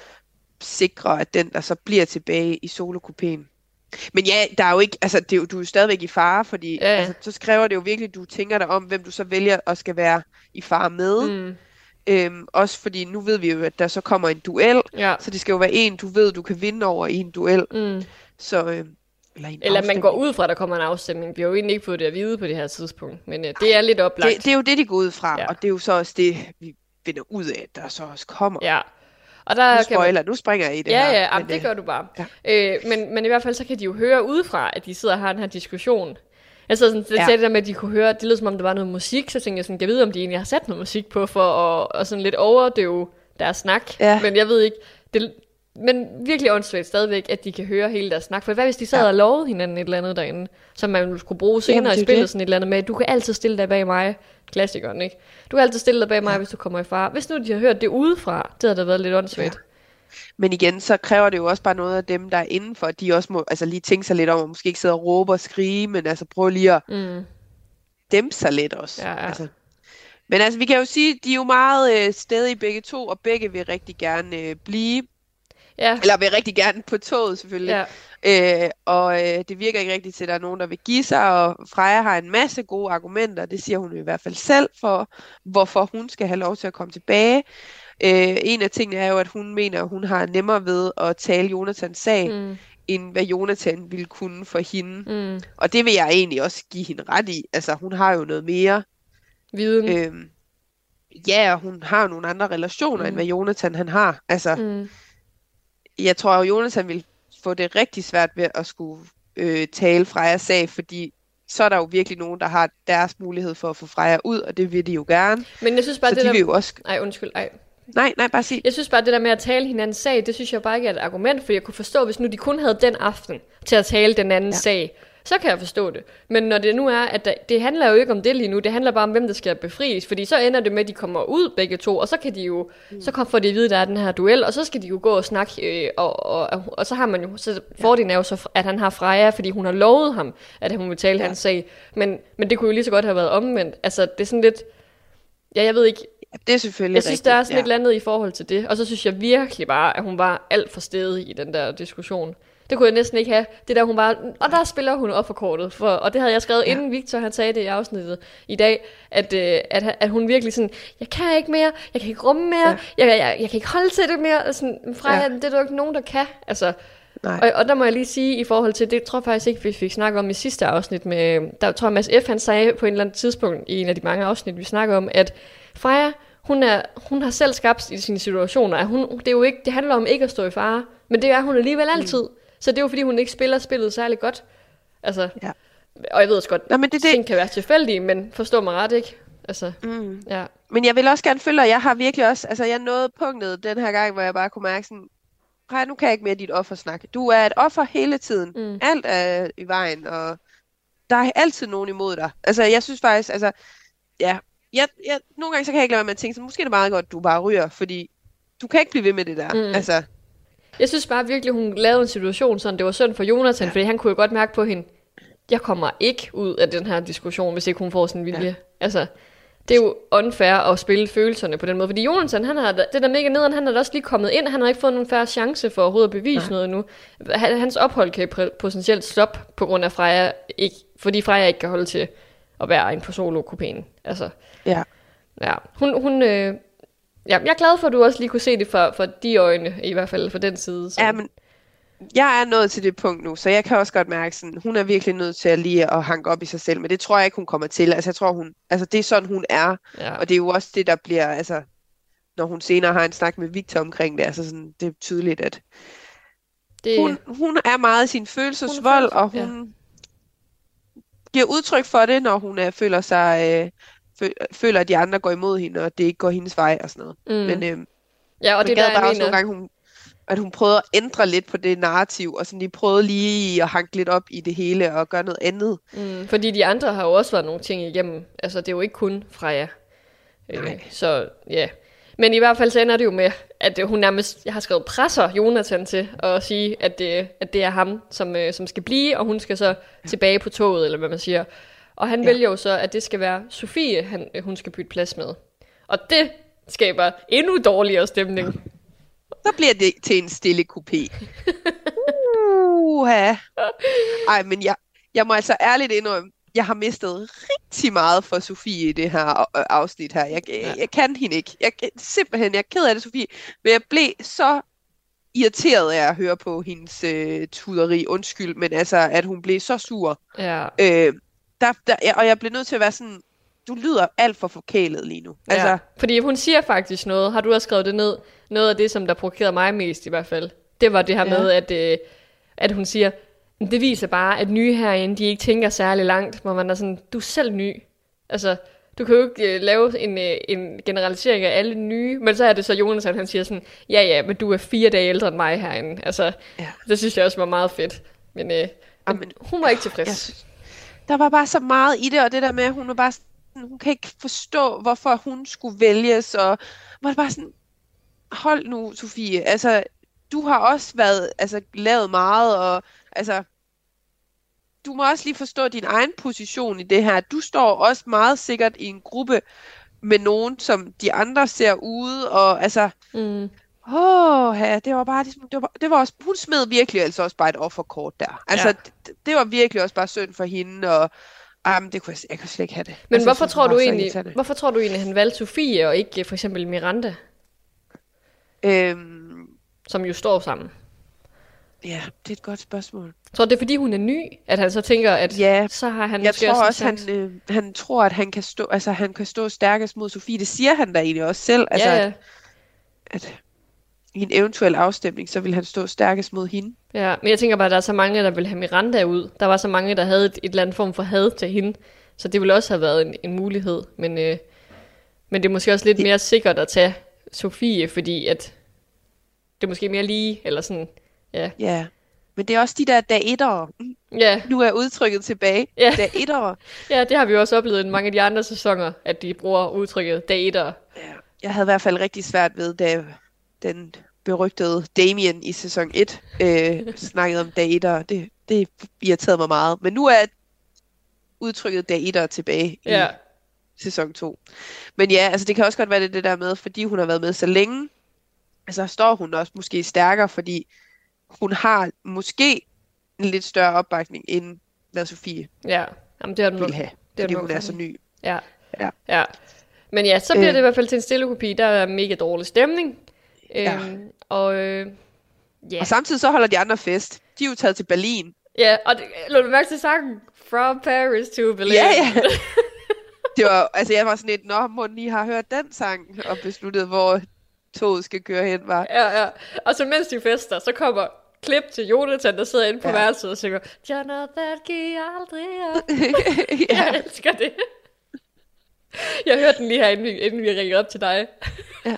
sikre, at den, der så bliver tilbage i solokupéen. Men ja, der er jo ikke, altså, det er jo, du er jo stadigvæk i fare, fordi ja. altså, så kræver det jo virkelig, at du tænker dig om, hvem du så vælger at skal være i fare med. Mm. Øhm, også fordi, nu ved vi jo, at der så kommer en duel, ja. så det skal jo være en, du ved, du kan vinde over i en duel. Mm. Så... Øhm, Eller, Eller man går ud fra, at der kommer en afstemning. Vi har jo egentlig ikke fået det at vide på det her tidspunkt. Men øh, det er lidt oplagt. Det, det er jo det, de går ud fra. Ja. Og det er jo så også det, vi finder ud af, at der så også kommer. Ja. Og der nu spoiler, man... nu springer jeg i det ja, her. Ja, ja, det gør du bare. Ja. Øh, men, men i hvert fald, så kan de jo høre udefra, at de sidder og har den her diskussion. Jeg så sådan, det, ja. det der med, at de kunne høre, det lød som om, der var noget musik. Så tænkte jeg sådan, jeg ved, om de egentlig har sat noget musik på, for at og sådan lidt overdøve deres snak. Ja. Men jeg ved ikke, det... Men virkelig åndssvagt stadigvæk, at de kan høre hele deres snak. For hvad hvis de sad ja. og lovede hinanden et eller andet derinde, som man skulle bruge senere Jamen, i spillet, det. sådan et eller andet med, du kan altid stille dig bag mig. Klassikeren, ikke? Du kan altid stille dig bag mig, ja. hvis du kommer i fare. Hvis nu de har hørt det udefra, det havde da været lidt åndssvagt. Ja. Men igen, så kræver det jo også bare noget af dem, der er indenfor, at de også må altså lige tænke sig lidt om, og måske ikke sidde og råbe og skrige, men altså prøve lige at mm. dæmpe sig lidt også. Ja, ja. Altså. Men altså, vi kan jo sige, at de er jo meget øh, stedige begge to, og begge vil rigtig gerne øh, blive. Ja. Eller vil rigtig gerne på toget selvfølgelig. Ja. Øh, og øh, det virker ikke rigtigt til, at der er nogen, der vil give sig. Og Freja har en masse gode argumenter. Det siger hun i hvert fald selv for, hvorfor hun skal have lov til at komme tilbage. Øh, en af tingene er jo, at hun mener, at hun har nemmere ved at tale Jonathans sag, mm. end hvad Jonathan ville kunne for hende. Mm. Og det vil jeg egentlig også give hende ret i. Altså, hun har jo noget mere viden. Øh, ja, og hun har jo nogle andre relationer, mm. end hvad Jonathan han har. Altså... Mm. Jeg tror, at Jonathan vil få det rigtig svært ved at skulle øh, tale Frejas sag, fordi så er der jo virkelig nogen, der har deres mulighed for at få Freja ud, og det vil de jo gerne. Men jeg synes bare, så det de der... vil jo også... Ej, undskyld, ej. Nej, nej, bare sig. Jeg synes bare, det der med at tale hinandens sag, det synes jeg bare ikke er et argument, for jeg kunne forstå, hvis nu de kun havde den aften til at tale den anden ja. sag, så kan jeg forstå det. Men når det nu er, at der, det handler jo ikke om det lige nu, det handler bare om, hvem der skal befries, fordi så ender det med, at de kommer ud begge to, og så kan de jo, mm. så får de at vide, at der er den her duel, og så skal de jo gå og snakke, øh, og, og, og, og så har man jo, så fordelen er jo så, at han har Freja, fordi hun har lovet ham, at hun vil tale ja. hans sag, men, men det kunne jo lige så godt have været omvendt. Altså, det er sådan lidt, ja, jeg ved ikke, det er selvfølgelig jeg synes, rigtigt, der er sådan ja. et eller andet i forhold til det, og så synes jeg virkelig bare, at hun var alt for stedig i den der diskussion. Det kunne jeg næsten ikke have. Det der, hun bare... Og der spiller hun op for kortet. For, og det havde jeg skrevet, ja. inden Victor han sagde det i afsnittet i dag, at, øh, at, at hun virkelig sådan, jeg kan ikke mere, jeg kan ikke rumme mere, ja. jeg, jeg, jeg kan ikke holde til det mere. Sådan, Freja, ja. det er der jo ikke nogen, der kan. Altså, og, og der må jeg lige sige, i forhold til, det tror jeg faktisk ikke, vi fik snakket om i sidste afsnit, med, der tror jeg, Mads F. han sagde på en eller anden tidspunkt, i en af de mange afsnit, vi snakker om, at Freja, hun, er, hun har selv skabt i sine situationer, at hun, det, er jo ikke, det handler om ikke at stå i fare, men det er hun alligevel altid. Mm. Så det er jo fordi, hun ikke spiller spillet særlig godt. Altså, ja. Og jeg ved også godt, Nå, men det, det... ting kan være tilfældige, men forstår mig ret, ikke? Altså, mm. ja. Men jeg vil også gerne følge, og jeg har virkelig også, altså jeg nåede punktet den her gang, hvor jeg bare kunne mærke sådan, nej, nu kan jeg ikke mere dit offersnak. Du er et offer hele tiden. Mm. Alt er i vejen, og der er altid nogen imod dig. Altså, jeg synes faktisk, altså, ja, jeg, jeg, nogle gange så kan jeg ikke lade være med at tænke, så måske er det meget godt, at du bare ryger, fordi du kan ikke blive ved med det der. Mm. Altså, jeg synes bare virkelig, hun lavede en situation sådan, det var synd for Jonathan, ja. fordi han kunne jo godt mærke på hende, jeg kommer ikke ud af den her diskussion, hvis ikke hun får sin vilje. Ja. Altså, Det er jo unfair at spille følelserne på den måde, fordi Jonathan, han har, det der mega nederen, han er da også lige kommet ind, han har ikke fået nogen færre chance for overhovedet at bevise ja. noget endnu. Hans ophold kan potentielt stoppe på grund af Freja, ikke, fordi Freja ikke kan holde til at være en på solo-kupéen. Altså, ja. Ja, hun, hun øh, ja, jeg er glad for, at du også lige kunne se det fra, fra de øjne, i hvert fald fra den side. Så. Ja, men jeg er nået til det punkt nu, så jeg kan også godt mærke, sådan, hun er virkelig nødt til at lige at hanke op i sig selv, men det tror jeg ikke, hun kommer til. Altså, jeg tror, hun, altså det er sådan, hun er, ja. Og det er jo også det, der bliver, altså, når hun senere har en snak med Victor omkring det, altså sådan, det er tydeligt, at det... hun, hun er meget sin følelsesvold, og hun ja. giver udtryk for det, når hun er, føler sig, øh, føler, at de andre går imod hende, og det ikke går hendes vej og sådan noget. Mm. Men øh, ja, og det der, jeg mener... også nogle gange, hun at hun prøvede at ændre lidt på det narrativ, og sådan de prøvede lige at hanke lidt op i det hele, og gøre noget andet. Mm, fordi de andre har jo også været nogle ting igennem. Altså, det er jo ikke kun Freja. Øh, så, ja. Yeah. Men i hvert fald så ender det jo med, at hun nærmest, jeg har skrevet presser Jonathan til, at sige, at det, at det er ham, som, øh, som skal blive, og hun skal så ja. tilbage på toget, eller hvad man siger. Og han ja. vælger jo så, at det skal være Sofie, han, hun skal bytte plads med. Og det skaber endnu dårligere stemning. Så bliver det til en stille kupé. Uha. Ej, men jeg, jeg må altså ærligt indrømme, jeg har mistet rigtig meget for Sofie i det her afsnit her. Jeg, jeg, jeg kan hende ikke. Jeg, simpelthen, jeg er ked af det, Sofie. Men jeg blev så irriteret af at høre på hendes øh, tuderi. Undskyld, men altså, at hun blev så sur. Ja. Øh, der, der, og jeg blev nødt til at være sådan, du lyder alt for forkælet lige nu. Altså, ja, fordi hun siger faktisk noget. Har du også skrevet det ned? Noget af det, som der provokerede mig mest i hvert fald. Det var det her ja. med, at, øh, at hun siger, det viser bare, at nye herinde, de ikke tænker særlig langt. Hvor man er sådan, du er selv ny. Altså, du kan jo ikke øh, lave en, øh, en generalisering af alle nye. Men så er det så Jonathan, han siger sådan, ja ja, men du er fire dage ældre end mig herinde. Altså, ja. Det synes jeg også var meget fedt. Men, øh, Amen, men hun var ikke tilfreds. Synes, der var bare så meget i det, og det der med, at hun var bare hun kan ikke forstå, hvorfor hun skulle vælges, og var det bare sådan, hold nu, Sofie, altså, du har også været, altså, lavet meget, og altså, du må også lige forstå din egen position i det her. Du står også meget sikkert i en gruppe med nogen, som de andre ser ude, og altså, mm. åh, ja, det var bare, det var, det var også, hun smed virkelig altså også bare et offerkort der. Altså, ja. det, det var virkelig også bare synd for hende, og Um, det kunne jeg, jeg kunne slet ikke have det. Men altså, hvorfor, tror du egentlig, hvorfor tror du egentlig, han valgte Sofie, og ikke for eksempel Miranda? Øhm, som jo står sammen. Ja, det er et godt spørgsmål. Jeg tror, det er fordi, hun er ny, at han så tænker, at ja, så har han jeg måske tror også, også han, øh, han tror, at han kan stå, altså han kan stå stærkest mod Sofie. Det siger han da egentlig også selv. Altså, ja, ja. At, at i en eventuel afstemning, så vil han stå stærkest mod hende. Ja, men jeg tænker bare, at der er så mange, der vil have Miranda ud. Der var så mange, der havde et, et eller andet form for had til hende. Så det ville også have været en, en mulighed. Men, øh, men det er måske også lidt mere sikkert at tage Sofie, fordi at det er måske mere lige, eller sådan, ja. Ja, men det er også de der dag ettere. Ja. Nu er udtrykket tilbage. Ja. Dag ettere. Ja, det har vi jo også oplevet i mange af de andre sæsoner, at de bruger udtrykket dag ettere. Ja. Jeg havde i hvert fald rigtig svært ved, da den berygtede Damien i sæson et øh, snakkede om dag ettere. Det, det irriterede mig meget. Men nu er udtrykket dag ettere tilbage ja. i sæson to. Men ja, altså det kan også godt være det, det der med, fordi hun har været med så længe, altså står hun også måske stærkere, fordi hun har måske en lidt større opbakning, end hvad Sofie ja. Jamen, det har du vil have, det fordi hun er så ny. Ja. Ja. ja. Men ja, så bliver øh. det i hvert fald til en stille kopi. Der er mega dårlig stemning. Ja. Øhm, og, øh, yeah. og samtidig så holder de andre fest. De er jo taget til Berlin. Ja, og det, lå du mærke til sangen? From Paris to Berlin. Ja, ja. Det var, altså jeg var sådan lidt, nå, må I har hørt den sang, og besluttet, hvor toget skal køre hen, var. Ja, ja. Og så mens de fester, så kommer klip til Jonathan, der sidder inde på ja. værelset og synger, Jonathan, giv aldrig op. ja. Jeg elsker det. Jeg hørte den lige her, inden vi, inden vi ringede op til dig. Ja.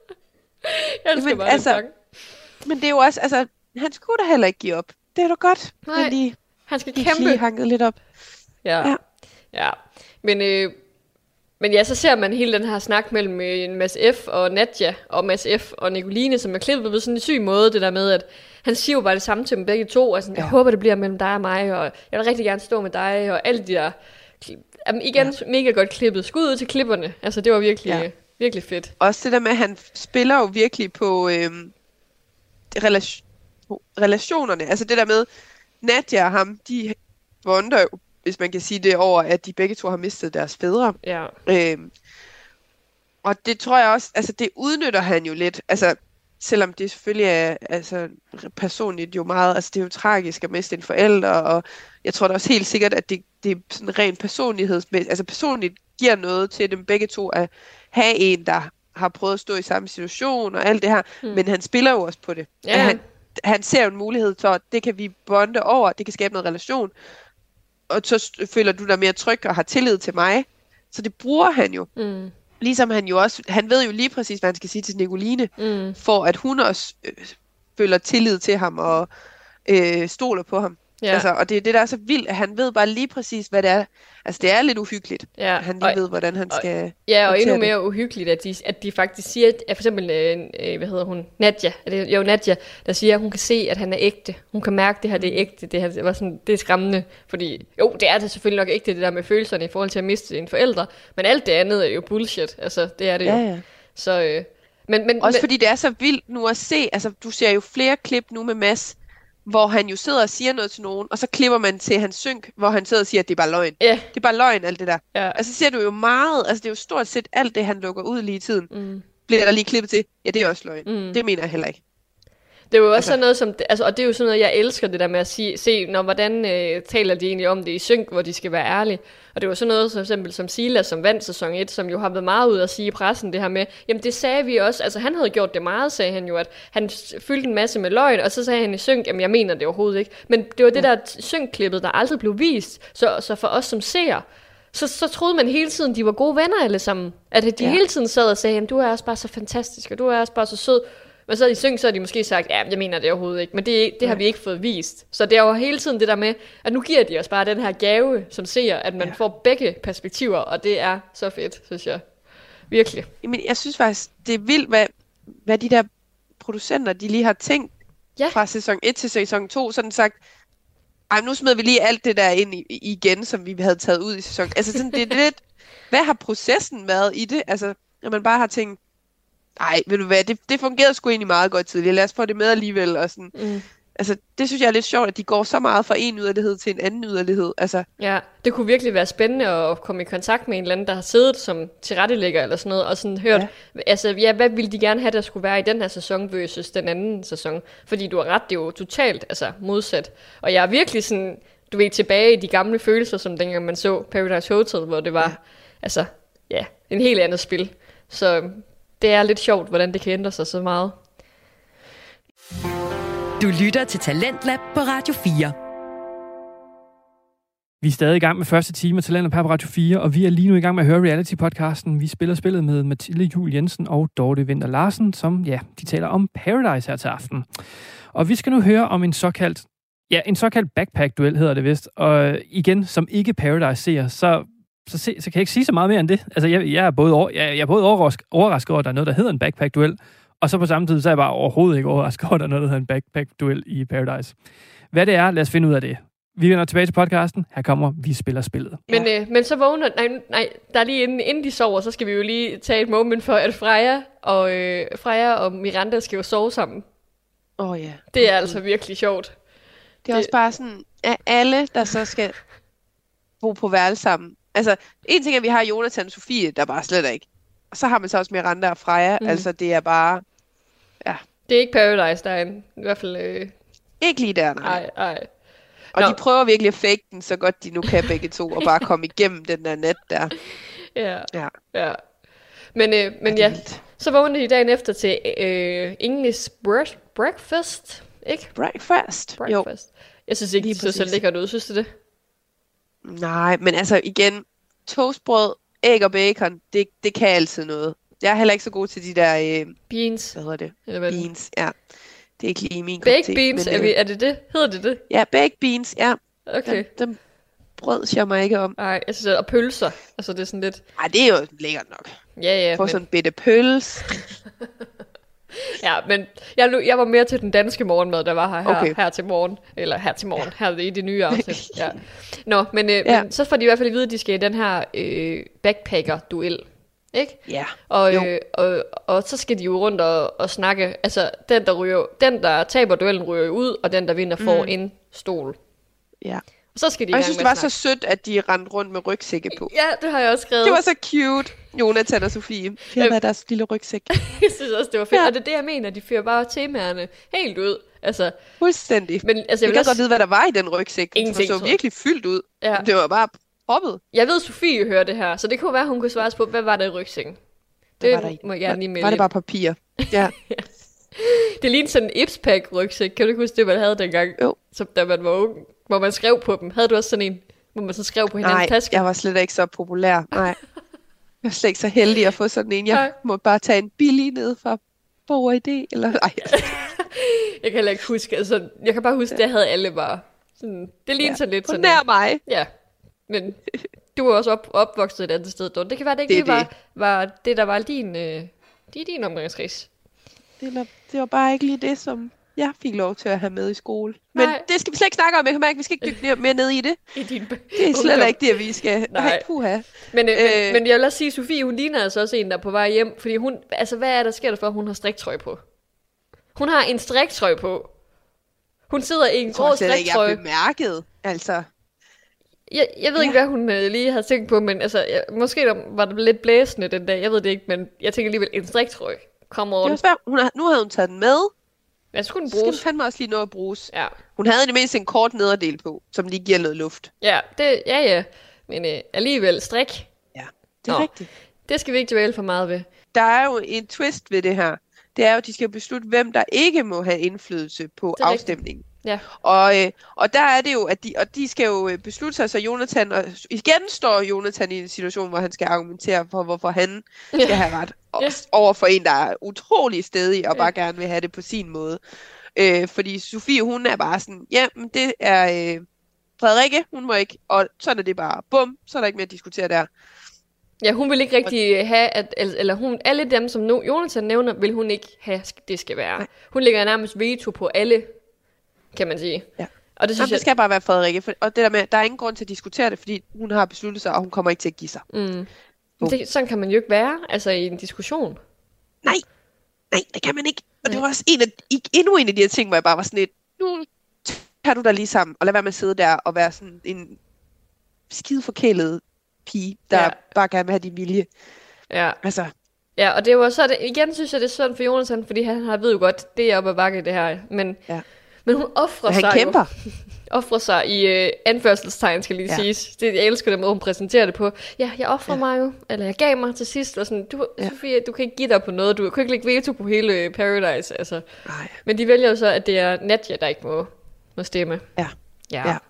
Jeg elsker men, bare altså, den sang. Men det er jo også, altså, han skulle da heller ikke give op. Det er da godt. Nej, de, han skal de kæmpe. Lige hanket lidt op. Ja, ja. ja. Men, øh, men ja, så ser man hele den her snak mellem øh, Mads F. og Nadja, og Mads F. og Nicoline, som er klippet på sådan en syg måde, det der med, at han siger jo bare det samme til dem begge to, og sådan, ja. jeg håber, det bliver mellem dig og mig, og jeg vil rigtig gerne stå med dig, og alle de der Jamen, igen, ja. mega godt klippet. Skud ud til klipperne. Altså, det var virkelig, ja. virkelig fedt. Også det der med, at han spiller jo virkelig på øhm, relation, relationerne. Altså det der med, Nadia og ham, de bonder jo, hvis man kan sige det, over, at de begge to har mistet deres fædre. Ja. Øhm, og det tror jeg også, altså det udnytter han jo lidt. Altså, selvom det selvfølgelig er altså, personligt jo meget, altså det er jo tragisk at miste en forælder, og jeg tror da også helt sikkert, at det, det er sådan rent personlighedsmæssigt, altså personligt giver noget til dem begge to at have en, der har prøvet at stå i samme situation og alt det her, mm. men han spiller jo også på det. Ja. Han, han ser jo en mulighed for, at det kan vi bonde over, det kan skabe noget relation, og så føler du dig mere tryg og har tillid til mig, så det bruger han jo. Mm. Ligesom han jo også, han ved jo lige præcis, hvad han skal sige til Nicoline, mm. for at hun også øh, føler tillid til ham og øh, stoler på ham. Ja. Altså, og det er det, der er så vildt, at han ved bare lige præcis, hvad det er. Altså, det er lidt uhyggeligt, ja. At han lige og, ved, hvordan han skal... Og, ja, og endnu mere det. uhyggeligt, at de, at de faktisk siger, at for eksempel, øh, hvad hedder hun, Nadia, er det, jo Nadia, der siger, at hun kan se, at han er ægte. Hun kan mærke, at det her det er ægte. Det, her, det, var sådan, det er skræmmende, fordi jo, det er det selvfølgelig nok ægte, det der med følelserne i forhold til at miste en forælder, men alt det andet er jo bullshit. Altså, det er det jo. Ja, ja. Så, øh, men, men, Også men, fordi det er så vildt nu at se, altså, du ser jo flere klip nu med Mads, hvor han jo sidder og siger noget til nogen, og så klipper man til hans synk, hvor han sidder og siger, at det er bare løgn. Yeah. Det er bare løgn, alt det der. Yeah. Altså, så ser du jo meget, altså det er jo stort set alt det, han lukker ud lige i tiden. Mm. Bliver der lige klippet til, ja, det er også løgn. Mm. Det mener jeg heller ikke. Det er jo også altså. sådan noget som, altså, og det er jo sådan noget, jeg elsker det der med at sige, se, når, hvordan øh, taler de egentlig om det i synk, hvor de skal være ærlige. Og det var sådan noget, som eksempel som Silas, som vandt sæson et, som jo har været meget ud at sige i pressen, det her med, jamen det sagde vi også, altså han havde gjort det meget, sagde han jo, at han fyldte en masse med løgn, og så sagde han i synk, jamen jeg mener det overhovedet ikke. Men det var det ja. der synkklippet, der aldrig blev vist, så, så for os som seere, så, så troede man hele tiden, de var gode venner alle sammen. At de ja. hele tiden sad og sagde, jamen du er også bare så fantastisk, og du er også bare så sød. Men så i synk, så har de måske sagt, ja, jeg mener det overhovedet ikke, men det, det har vi ikke fået vist. Så det er jo hele tiden det der med, at nu giver de os bare den her gave, som ser, at man ja. får begge perspektiver, og det er så fedt, synes jeg. Virkelig. Jamen, jeg synes faktisk, det er vildt, hvad, hvad de der producenter, de lige har tænkt ja. fra sæson et til sæson to, sådan sagt, ej, nu smider vi lige alt det der ind i, igen, som vi havde taget ud i sæson. Altså sådan, det er lidt, hvad har processen været i det? Altså, når man bare har tænkt, ej, ved du hvad, det, det fungerede sgu egentlig meget godt tidligere. Lad os få det med alligevel. Og sådan. Mm. Altså, det synes jeg er lidt sjovt, at de går så meget fra en yderlighed til en anden yderlighed. Altså. Ja, det kunne virkelig være spændende at komme i kontakt med en eller anden, der har siddet som tilrettelægger eller sådan noget, og sådan hørt, ja. altså, ja, hvad ville de gerne have, der skulle være i den her sæson versus den anden sæson? Fordi du har ret, det er jo totalt altså, modsat. Og jeg er virkelig sådan, du ved, tilbage i de gamle følelser, som dengang man så Paradise Hotel, hvor det var, ja. altså, ja, en helt andet spil. Så det er lidt sjovt, hvordan det kan ændre sig så meget. Du lytter til Talentlab på Radio fire. Vi er stadig i gang med første time af Talentlab på Radio fire, og vi er lige nu i gang med at høre reality-podcasten. Vi spiller spillet med Mathilde Juel Jensen og Dorte Winther Larsen, som, ja, de taler om Paradise her til aften. Og vi skal nu høre om en såkaldt, ja, en såkaldt backpack-duel hedder det vist. Og igen, som ikke Paradise-seer, så Så, se, så kan jeg ikke sige så meget mere end det. Altså, jeg, jeg er både, over, jeg, jeg er både overrasket, overrasket over, at der er noget, der hedder en backpack-duel, og så på samme tid, så er jeg bare overhovedet ikke overrasket over, at der er noget, der hedder en backpack-duel i Paradise. Hvad det er, lad os finde ud af det. Vi vender tilbage til podcasten. Her kommer Vi spiller spillet. Men, ja. øh, men så vågner... Nej, nej, der er lige inden, inden de sover, så skal vi jo lige tage et moment for, at Freja og, øh, Freja og Miranda skal jo sove sammen. Åh oh, ja. Det er altså virkelig sjovt. Det er det... også bare sådan, at alle, der så skal bo på værelse sammen. Altså, en ting er, at vi har Jonathan og Sofie, der bare slet ikke. Og så har man så også Miranda og Freja. Mm. Altså, det er bare... Ja. Det er ikke Paradise, der er en, i hvert fald... Øh... Ikke lige der, nej. Ej, ej. Og Nå. de prøver virkelig at fake den, så godt de nu kan begge to, og bare komme igennem den der net der. Ja, ja. ja. Men, øh, men ja, så vågnede de dagen efter til øh, English breakfast, ikke? Breakfast, breakfast. Jo. Jeg synes ikke, det så så lækkert ud, synes du det? Nej, men altså igen, toastbrød, æg og bacon, det, det kan altid noget. Jeg er heller ikke så god til de der... Øh, beans. Hvad hedder det? Eller hvad beans, ja. Det er ikke lige min baked kop te. Beans, men, er, vi, er det det? Hedder det det? Ja, baked beans, ja. Okay. Dem, dem brød siger mig ikke om. Nej, jeg synes, og pølser. Altså det er sådan lidt... Nej, det er jo lækkert nok. Ja, ja. Få men... sådan en bitte pøls. Ja, men jeg, jeg var mere til den danske morgenmad, der var her, her, Okay. her til morgen. Eller her til morgen, her i det nye afsnit. Ja. Nå, men, øh, Ja. men så får de i hvert fald at vide, at de skal i den her øh, backpacker-duel. Ikke? Ja. Og, Jo. øh, og, og så skal de jo rundt og, og snakke. Altså, den der, ryger, den, der taber duellen, ryger jo ud, og den, der vinder, får mm. en stol. Ja. Og så skal de i Og jeg gang synes, med det var at så snakke. sødt, at de rendte rundt med rygsække på. Ja, det har jeg også skrevet. Det var så cute, Jonathan og Sofie. De havde været deres lille rygsæk. Jeg synes også, det var fedt. Ja. Og det er det, jeg mener. De fører bare temaerne helt ud. Altså, Fuldstændig. men altså, jeg Jeg vil kan også... godt vide, hvad der var i den rygsæk. Den Ingenting, så tror jeg. virkelig fyldt ud. Ja. Det var bare proppet. Jeg ved, Sofie hører det her, så det kunne være, hun kunne svare os på, hvad var der i rygsækken? Hvad Det var der i? må jeg gerne lige Var, melde var det ind. bare papir? Ja. Det lignede sådan en Ipspack rygsæk. Kan du ikke huske det, man havde dengang? Jo. Som da man var ung, hvor man skrev på dem. Havde du også sådan en, hvor man så skrev på hinandens Nej, taske? jeg var slet ikke så populær. Nej. Jeg var slet ikke så heldig at få sådan en. Nej. Jeg må bare tage en billig ned fra Borger I D. Eller... Ej, Jeg kan heller ikke huske. Altså, jeg kan bare huske, ja. Det havde alle bare. Sådan, det lignede Ja. sådan lidt på sådan. nær mig. Ja, men du var også op, opvokset et andet sted, Dawn. Det kan være, det ikke Det er lige var, det. var det, der var din, øh, det er din omgangskreds. Det var, det var bare ikke lige det, som jeg fik lov til at have med i skole. Men Nej. det skal vi slet ikke snakke om. Jeg kan mærke, at vi skal ikke dykke mere- mere ned i det. I din Det er slet ikke det, vi skal... Nej. Nej, puha. Men, øh, Øh. men, men jeg vil også sige, Sofie, hun ligner altså også en, der er på vej hjem. Fordi hun, altså hvad er der sker der for, at hun har striktrøje på? Hun har en striktrøje på. Hun sidder i en Jeg grå tror slet ikke, jeg striktrøje. bemærket. Altså, Jeg, jeg ved ikke, Ja. hvad hun øh, lige havde tænkt på, men altså, jeg, måske der var det lidt blæsende den dag, jeg ved det ikke, men jeg tænker alligevel, en striktrøje. Come det on. var svært. Hun har, nu havde hun taget den med. Jeg skulle den Så skal den bruges. fandme også lige nå at bruges. Ja. Hun havde i det mindste en kort nederdel på, som lige giver noget luft. Ja, det, ja, ja. Men øh, alligevel, strik. Ja, det er Nå. rigtigt. Det skal vi ikke dvæle for meget ved. Der er jo en twist ved det her. Det er jo, at de skal beslutte, hvem der ikke må have indflydelse på Det er rigtigt. afstemningen. Ja. Og, øh, og der er det jo, at de, og de skal jo øh, beslutte sig, så Jonathan, og igen står Jonathan i en situation, hvor han skal argumentere for, hvorfor han Ja. skal have ret. Og, Ja. over for en, der er utrolig stedig og Ja. bare gerne vil have det på sin måde. Øh, fordi Sofie, hun er bare sådan, ja, men det er øh, Frederikke, hun må ikke, og sådan er det bare, bum, så er der ikke mere at diskutere der. Ja, hun vil ikke rigtig have, at, eller hun, alle dem, som nu Jonathan nævner, vil hun ikke have, det skal være. Nej. Hun lægger nærmest veto på alle, kan man sige. Ja. Og det synes Jamen, det jeg, skal bare være Frederikke, for, og det der med, der er ingen grund til at diskutere det, fordi hun har besluttet sig, og hun kommer ikke til at give sig. mm, Jo. det, sådan kan man jo ikke være, altså i en diskussion. Nej, nej, det kan man ikke. Og det Nej. var også en af, ikke- endnu en af de her ting, hvor jeg bare var sådan lidt, nu tager du dig lige sammen, og lad være med at sidde der og være sådan en skide forkælet pige, der Ja. ja. bare gerne vil have din vilje. Ja. Altså, Ja, og det var så, det, igen synes jeg, det er synd for Jonathan, fordi han har ved jo godt, det er op ad bakke, det her. Men, Ja. men hun offrer han sig kæmper. jo. Offrer sig i uh, anførselstegn, skal lige ja. Ja. siges. Det, jeg elsker det måde, hun præsenterer det på. Ja, jeg offrer ja. Ja. mig jo. Eller jeg gav mig til sidst. Og sådan, du, ja. Ja. Sofie, du kan ikke give dig på noget. Du kan ikke lægge veto på hele øh, Paradise. Altså. Nej. Men de vælger jo så, at det er Nadja, der ikke må, må stemme. Ja. ja. Ja.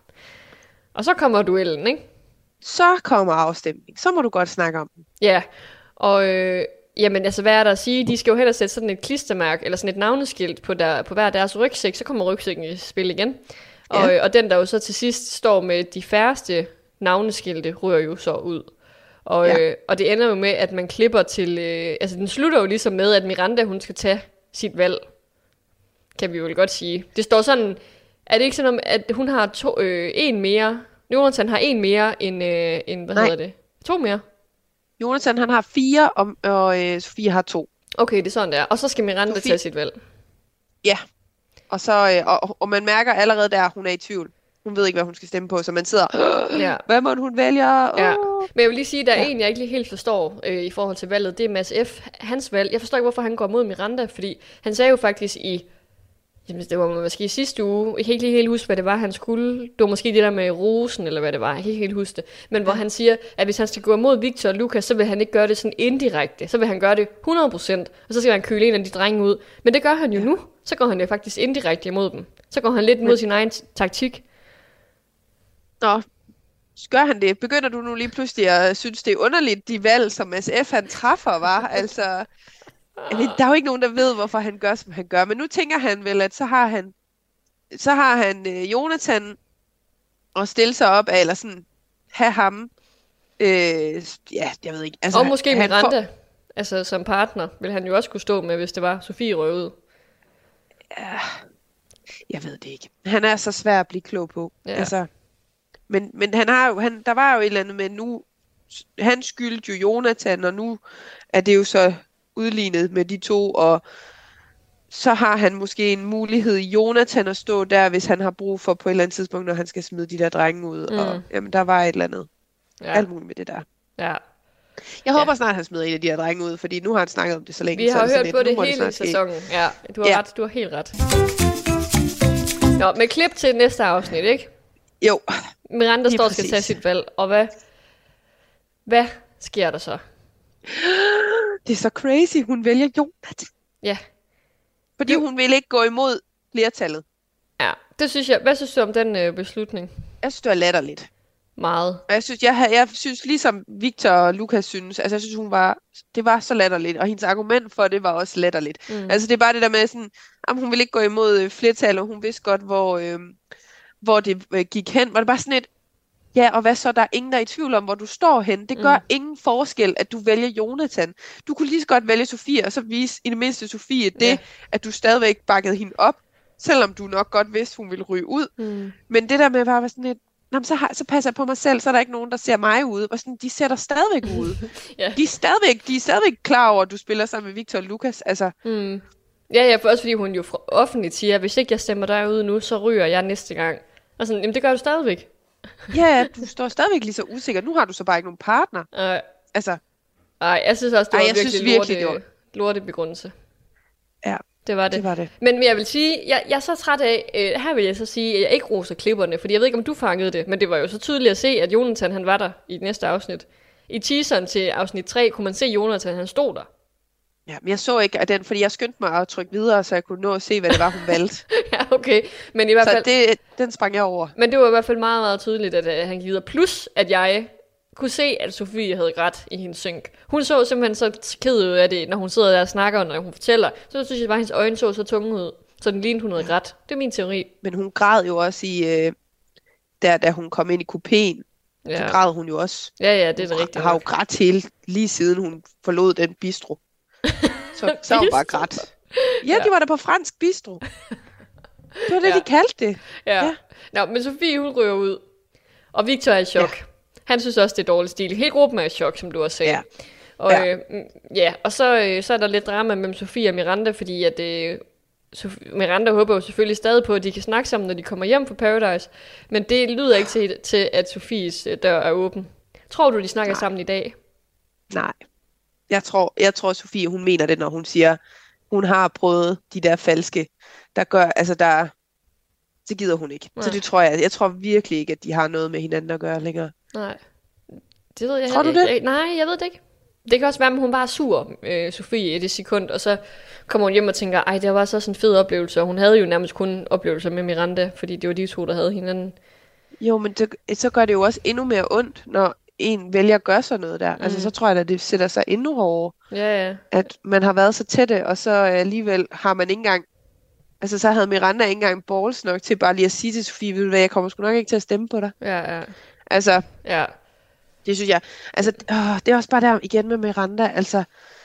Og så kommer duellen, ikke? Så kommer afstemning. Så må du godt snakke om den. Ja, og øh, jamen altså, hvad er der at sige? De skal jo hellere sætte sådan et klistermærke, eller sådan et navneskilt på, der, på hver deres rygsæk, så kommer rygsækken i spil igen. Og, Ja. og den, der jo så til sidst står med de færreste navneskilte, ryger jo så ud. Og, Ja. øh, og det ender jo med, at man klipper til... Øh, altså, den slutter jo ligesom med, at Miranda, hun skal tage sit valg. Kan vi jo vel godt sige. Det står sådan... Er det ikke sådan, at hun har to, øh, en mere... Jonathan har en mere end... Øh, end hvad Nej. hedder det? To mere? Jonathan, han har fire, og, og øh, Sofie har to. Okay, det er sådan der. Og så skal Miranda Sofie- tage sit valg. Ja. Og, så, øh, og, og man mærker allerede der, at hun er i tvivl. Hun ved ikke, hvad hun skal stemme på, så man sidder... Ja. Hvad må hun vælge? Ja. Uh. Men jeg vil lige sige, at der er Ja. en, jeg ikke lige helt forstår øh, i forhold til valget. Det er Mads F. Hans valg. Jeg forstår ikke, hvorfor han går mod Miranda, fordi han sagde jo faktisk i... Jamen, det var måske i sidste uge. Jeg kan ikke lige helt huske, hvad det var, han skulle. Det var måske det der med rosen, eller hvad det var. Jeg kan ikke helt huske det. Men hvor han siger, at hvis han skal gå imod Victor og Lukas, så vil han ikke gøre det sådan indirekte. Så vil han gøre det hundrede procent. Og så skal han køle en af de drenge ud. Men det gør han jo nu. Så går han jo faktisk indirekte imod dem. Så går han lidt mod sin egen taktik. Nå, gør han det? Begynder du nu lige pludselig at synes, det er underligt, de valg, som S F han træffer, var? Altså, altså, der er jo ikke nogen, der ved, hvorfor han gør, som han gør. Men nu tænker han vel, at så har han, så har han øh, Jonathan og stille sig op af, eller sådan, have ham. Øh, ja, jeg ved ikke. Altså, Og måske han Miranda. Får, Altså som partner vil han jo også kunne stå med, hvis det var Sofie røvede. Ja, jeg ved det ikke. Han er så svær at blive klog på. Ja. Altså, men, men han har jo, han, der var jo et eller andet med nu, han skyldte jo Jonathan, og nu er det jo så udlignet med de to, og så har han måske en mulighed i Jonathan at stå der, hvis han har brug for på et eller andet tidspunkt, når han skal smide de der drenge ud. Mm. Og jamen, der var et eller andet. Ja. Alt muligt med det der. Ja. Jeg håber ja. snart, han smider en af de her drenge ud, fordi nu har han snakket om det så længe. Vi har så hørt det på det, det hele det sæsonen. Ja, du har ja. ret. Du har helt ret. Nå, med klip til næste afsnit, ikke? Jo. Miranda står og skal præcis. tage sit valg, og hvad, hvad sker der så? Det er så crazy, hun vælger Jonathan. Ja. Fordi jo. hun vil ikke gå imod flertallet. Ja, det synes jeg. Hvad synes du om den øh, beslutning? Jeg synes, det er latterligt. Meget. Og jeg synes, jeg, jeg synes ligesom Victor og Lukas synes, altså jeg synes, hun var, det var så latterligt, og hendes argument for det var også latterligt. Mm. Altså det er bare det der med sådan, jamen, hun ville ikke gå imod øh, flertallet, og hun vidste godt, hvor, øh, hvor det øh, gik hen. Var det bare sådan et, ja, og hvad så, der er ingen, der er i tvivl om, hvor du står hen. Det gør mm. ingen forskel, at du vælger Jonathan. Du kunne lige så godt vælge Sofie, og så vise i det mindste Sofie det, ja. at du stadigvæk bakkede hende op, selvom du nok godt vidste, hun ville ryge ud. Mm. Men det der med bare var sådan et, Nå, så, har, så passer jeg på mig selv, så er der ikke nogen, der ser mig ude. Og sådan, de ser dig stadigvæk ude. ja. de, er stadigvæk, de er stadigvæk klar over, at du spiller sammen med Victor og Lukas. Altså. Mm. Ja, ja, for også fordi hun jo offentligt siger, at hvis ikke jeg stemmer dig ud nu, så ryger jeg næste gang. Og sådan, jamen det gør du stadigvæk. ja, du står stadigvæk lige så usikker. Nu har du så bare ikke nogen partner. Nej. Altså. Nej, jeg synes også, det Ej, var virkelig, virkelig lorte, lorte begrundelse. Ja. Det var det. det var det. Men jeg vil sige, jeg, jeg er så træt af, øh, her vil jeg så sige, at jeg ikke roser klipperne, fordi jeg ved ikke, om du fangede det, men det var jo så tydeligt at se, at Jonathan, han var der i det næste afsnit. I teaseren til afsnit tre kunne man se, at Jonathan, han stod der. Ja, men jeg så ikke af den, fordi jeg skyndte mig at trykke videre, så jeg kunne nå at se, hvad det var, hun valgte. ja, okay. Men i hvert fald, så det, den sprang jeg over. Men det var i hvert fald meget, meget tydeligt, at uh, han gik videre. Plus, at jeg kunne se, at Sofie havde ret i hendes synk. Hun så simpelthen så ked ud af det, når hun sidder der og snakker, og når hun fortæller. Så synes jeg bare, at hendes øjne så så tunge ud. Så den lignede, hun havde grædt. Det er min teori. Men hun græd jo også i, øh, der, da hun kom ind i kupéen. Ja. Så græd hun jo også. Ja, ja, det er det rigtigt. Hun har jo grædt hele, lige siden hun forlod den bistro. Så, så har hun bare grædt. Ja, ja, de var der på fransk bistro. Det var det, ja. de kaldte det. Ja. ja. Nå, men Sofie, hun ryger ud. Og Victor er i chok. Ja. Han synes også, det er dårlig stil. Hele gruppen er i chok, som du også sagde. Ja. Og, ja. Øh, ja, og så, øh, så er der lidt drama mellem Sofie og Miranda, fordi at, øh, Sof- Miranda håber jo selvfølgelig stadig på, at de kan snakke sammen, når de kommer hjem fra Paradise. Men det lyder ikke til, til at Sofies øh, dør er åben. Tror du, de snakker Nej. sammen i dag? Nej. Jeg tror, jeg tror, Sofie, hun mener det, når hun siger, hun har prøvet de der falske, der gør, altså der, det gider hun ikke. Nej. Så det tror jeg, jeg tror virkelig ikke, at de har noget med hinanden at gøre længere. Nej. Det ved jeg tror du ikke. det? Nej, jeg ved det ikke. Det kan også være, at hun bare er sur, øh, Sofie, i det sekund, og så kommer hun hjem og tænker, ej, det var så sådan en fed oplevelse, og hun havde jo nærmest kun oplevelser med Miranda, fordi det var de to, der havde hinanden. Jo, men det, så gør det jo også endnu mere ondt, når en vælger at gøre sådan noget der. Mm. Altså, så tror jeg, at det sætter sig endnu hårdere. Ja, ja. At man har været så tætte, og så alligevel har man ikke engang, altså så havde Miranda ikke engang balls nok til bare lige at sige til Sofie, ved du hvad, jeg kommer sgu nok ikke til at stemme på dig. Ja, ja. Altså, ja. Det synes jeg, altså, åh, det er også bare der igen med Miranda, altså,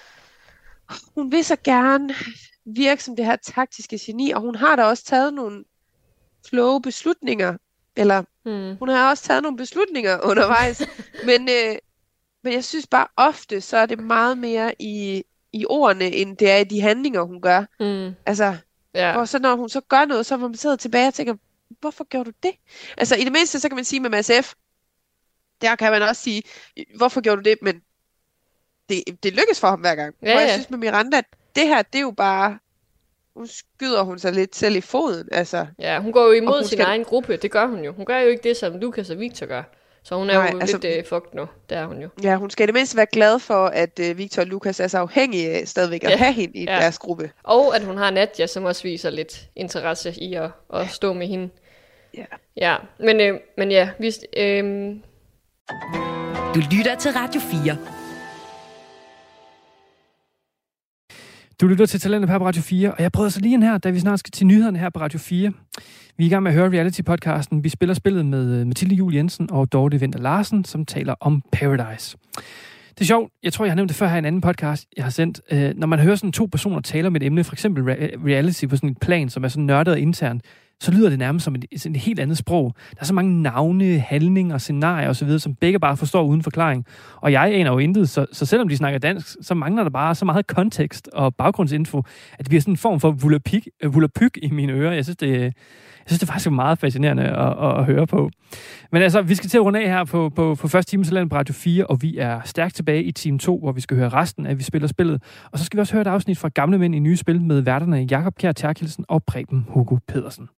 hun vil så gerne virke som det her taktiske geni, og hun har da også taget nogle kloge beslutninger, eller hmm. hun har også taget nogle beslutninger undervejs, men, øh, men jeg synes bare ofte, så er det meget mere i, i ordene, end det er i de handlinger, hun gør. Hmm. Altså, ja. Og så når hun så gør noget, så må man sidde tilbage og tænker, hvorfor gjorde du det? Altså, i det mindste, så kan man sige med Mads F., der kan man også sige, hvorfor gjorde du det? Men det, det lykkes for ham hver gang. Ja, og jeg ja. synes med Miranda, at det her, det er jo bare, nu skyder hun sig lidt selv i foden. Altså. Ja, hun går jo imod sin skal... egen gruppe, det gør hun jo. Hun gør jo ikke det, som Lukas og Victor gør. Så hun er Nej, jo altså, lidt uh, fucked nu, det er hun jo. Ja, hun skal i det mindste være glad for, at uh, Victor og Lukas er så afhængige af stadigvæk ja. at have hende i ja. deres gruppe. Og at hun har Nadia, som også viser lidt interesse i at, at stå med hende. Ja. Ja, men, øh, men ja, vi... Øh, Du lytter til Radio fire. Du lytter til Talentet her på Radio fire, og jeg prøver så lige ind her, da vi snart skal til nyhederne her på Radio fire. Vi er i gang med at høre reality-podcasten. Vi spiller spillet med Mathilde Juel Jensen og Dorte Winther Larsen, som taler om Paradise. Det er sjovt. Jeg tror, jeg har nævnt det før her i en anden podcast, jeg har sendt. Øh, når man hører sådan to personer tale om et emne, for eksempel re- reality på sådan en plan, som er sådan nørdet og internt, så lyder det nærmest som et, et helt andet sprog. Der er så mange navne, handlinger, scenarier osv., som begge bare forstår uden forklaring. Og jeg aner jo intet, så, så selvom de snakker dansk, så mangler der bare så meget kontekst og baggrundsinfo, at det bliver sådan en form for vulapyg, vulapyg i mine ører. Jeg synes, det, jeg synes, det er faktisk meget fascinerende at, at, at høre på. Men altså, vi skal til at runde af her på, på, på første time Talentlab på Radio fire, og vi er stærkt tilbage i time to, hvor vi skal høre resten af Vi Spiller Spillet. Og så skal vi også høre et afsnit fra Gamle Mænd i Nye Spil med værterne Jakob Kjær Terkelsen og Preben Hugo Pedersen.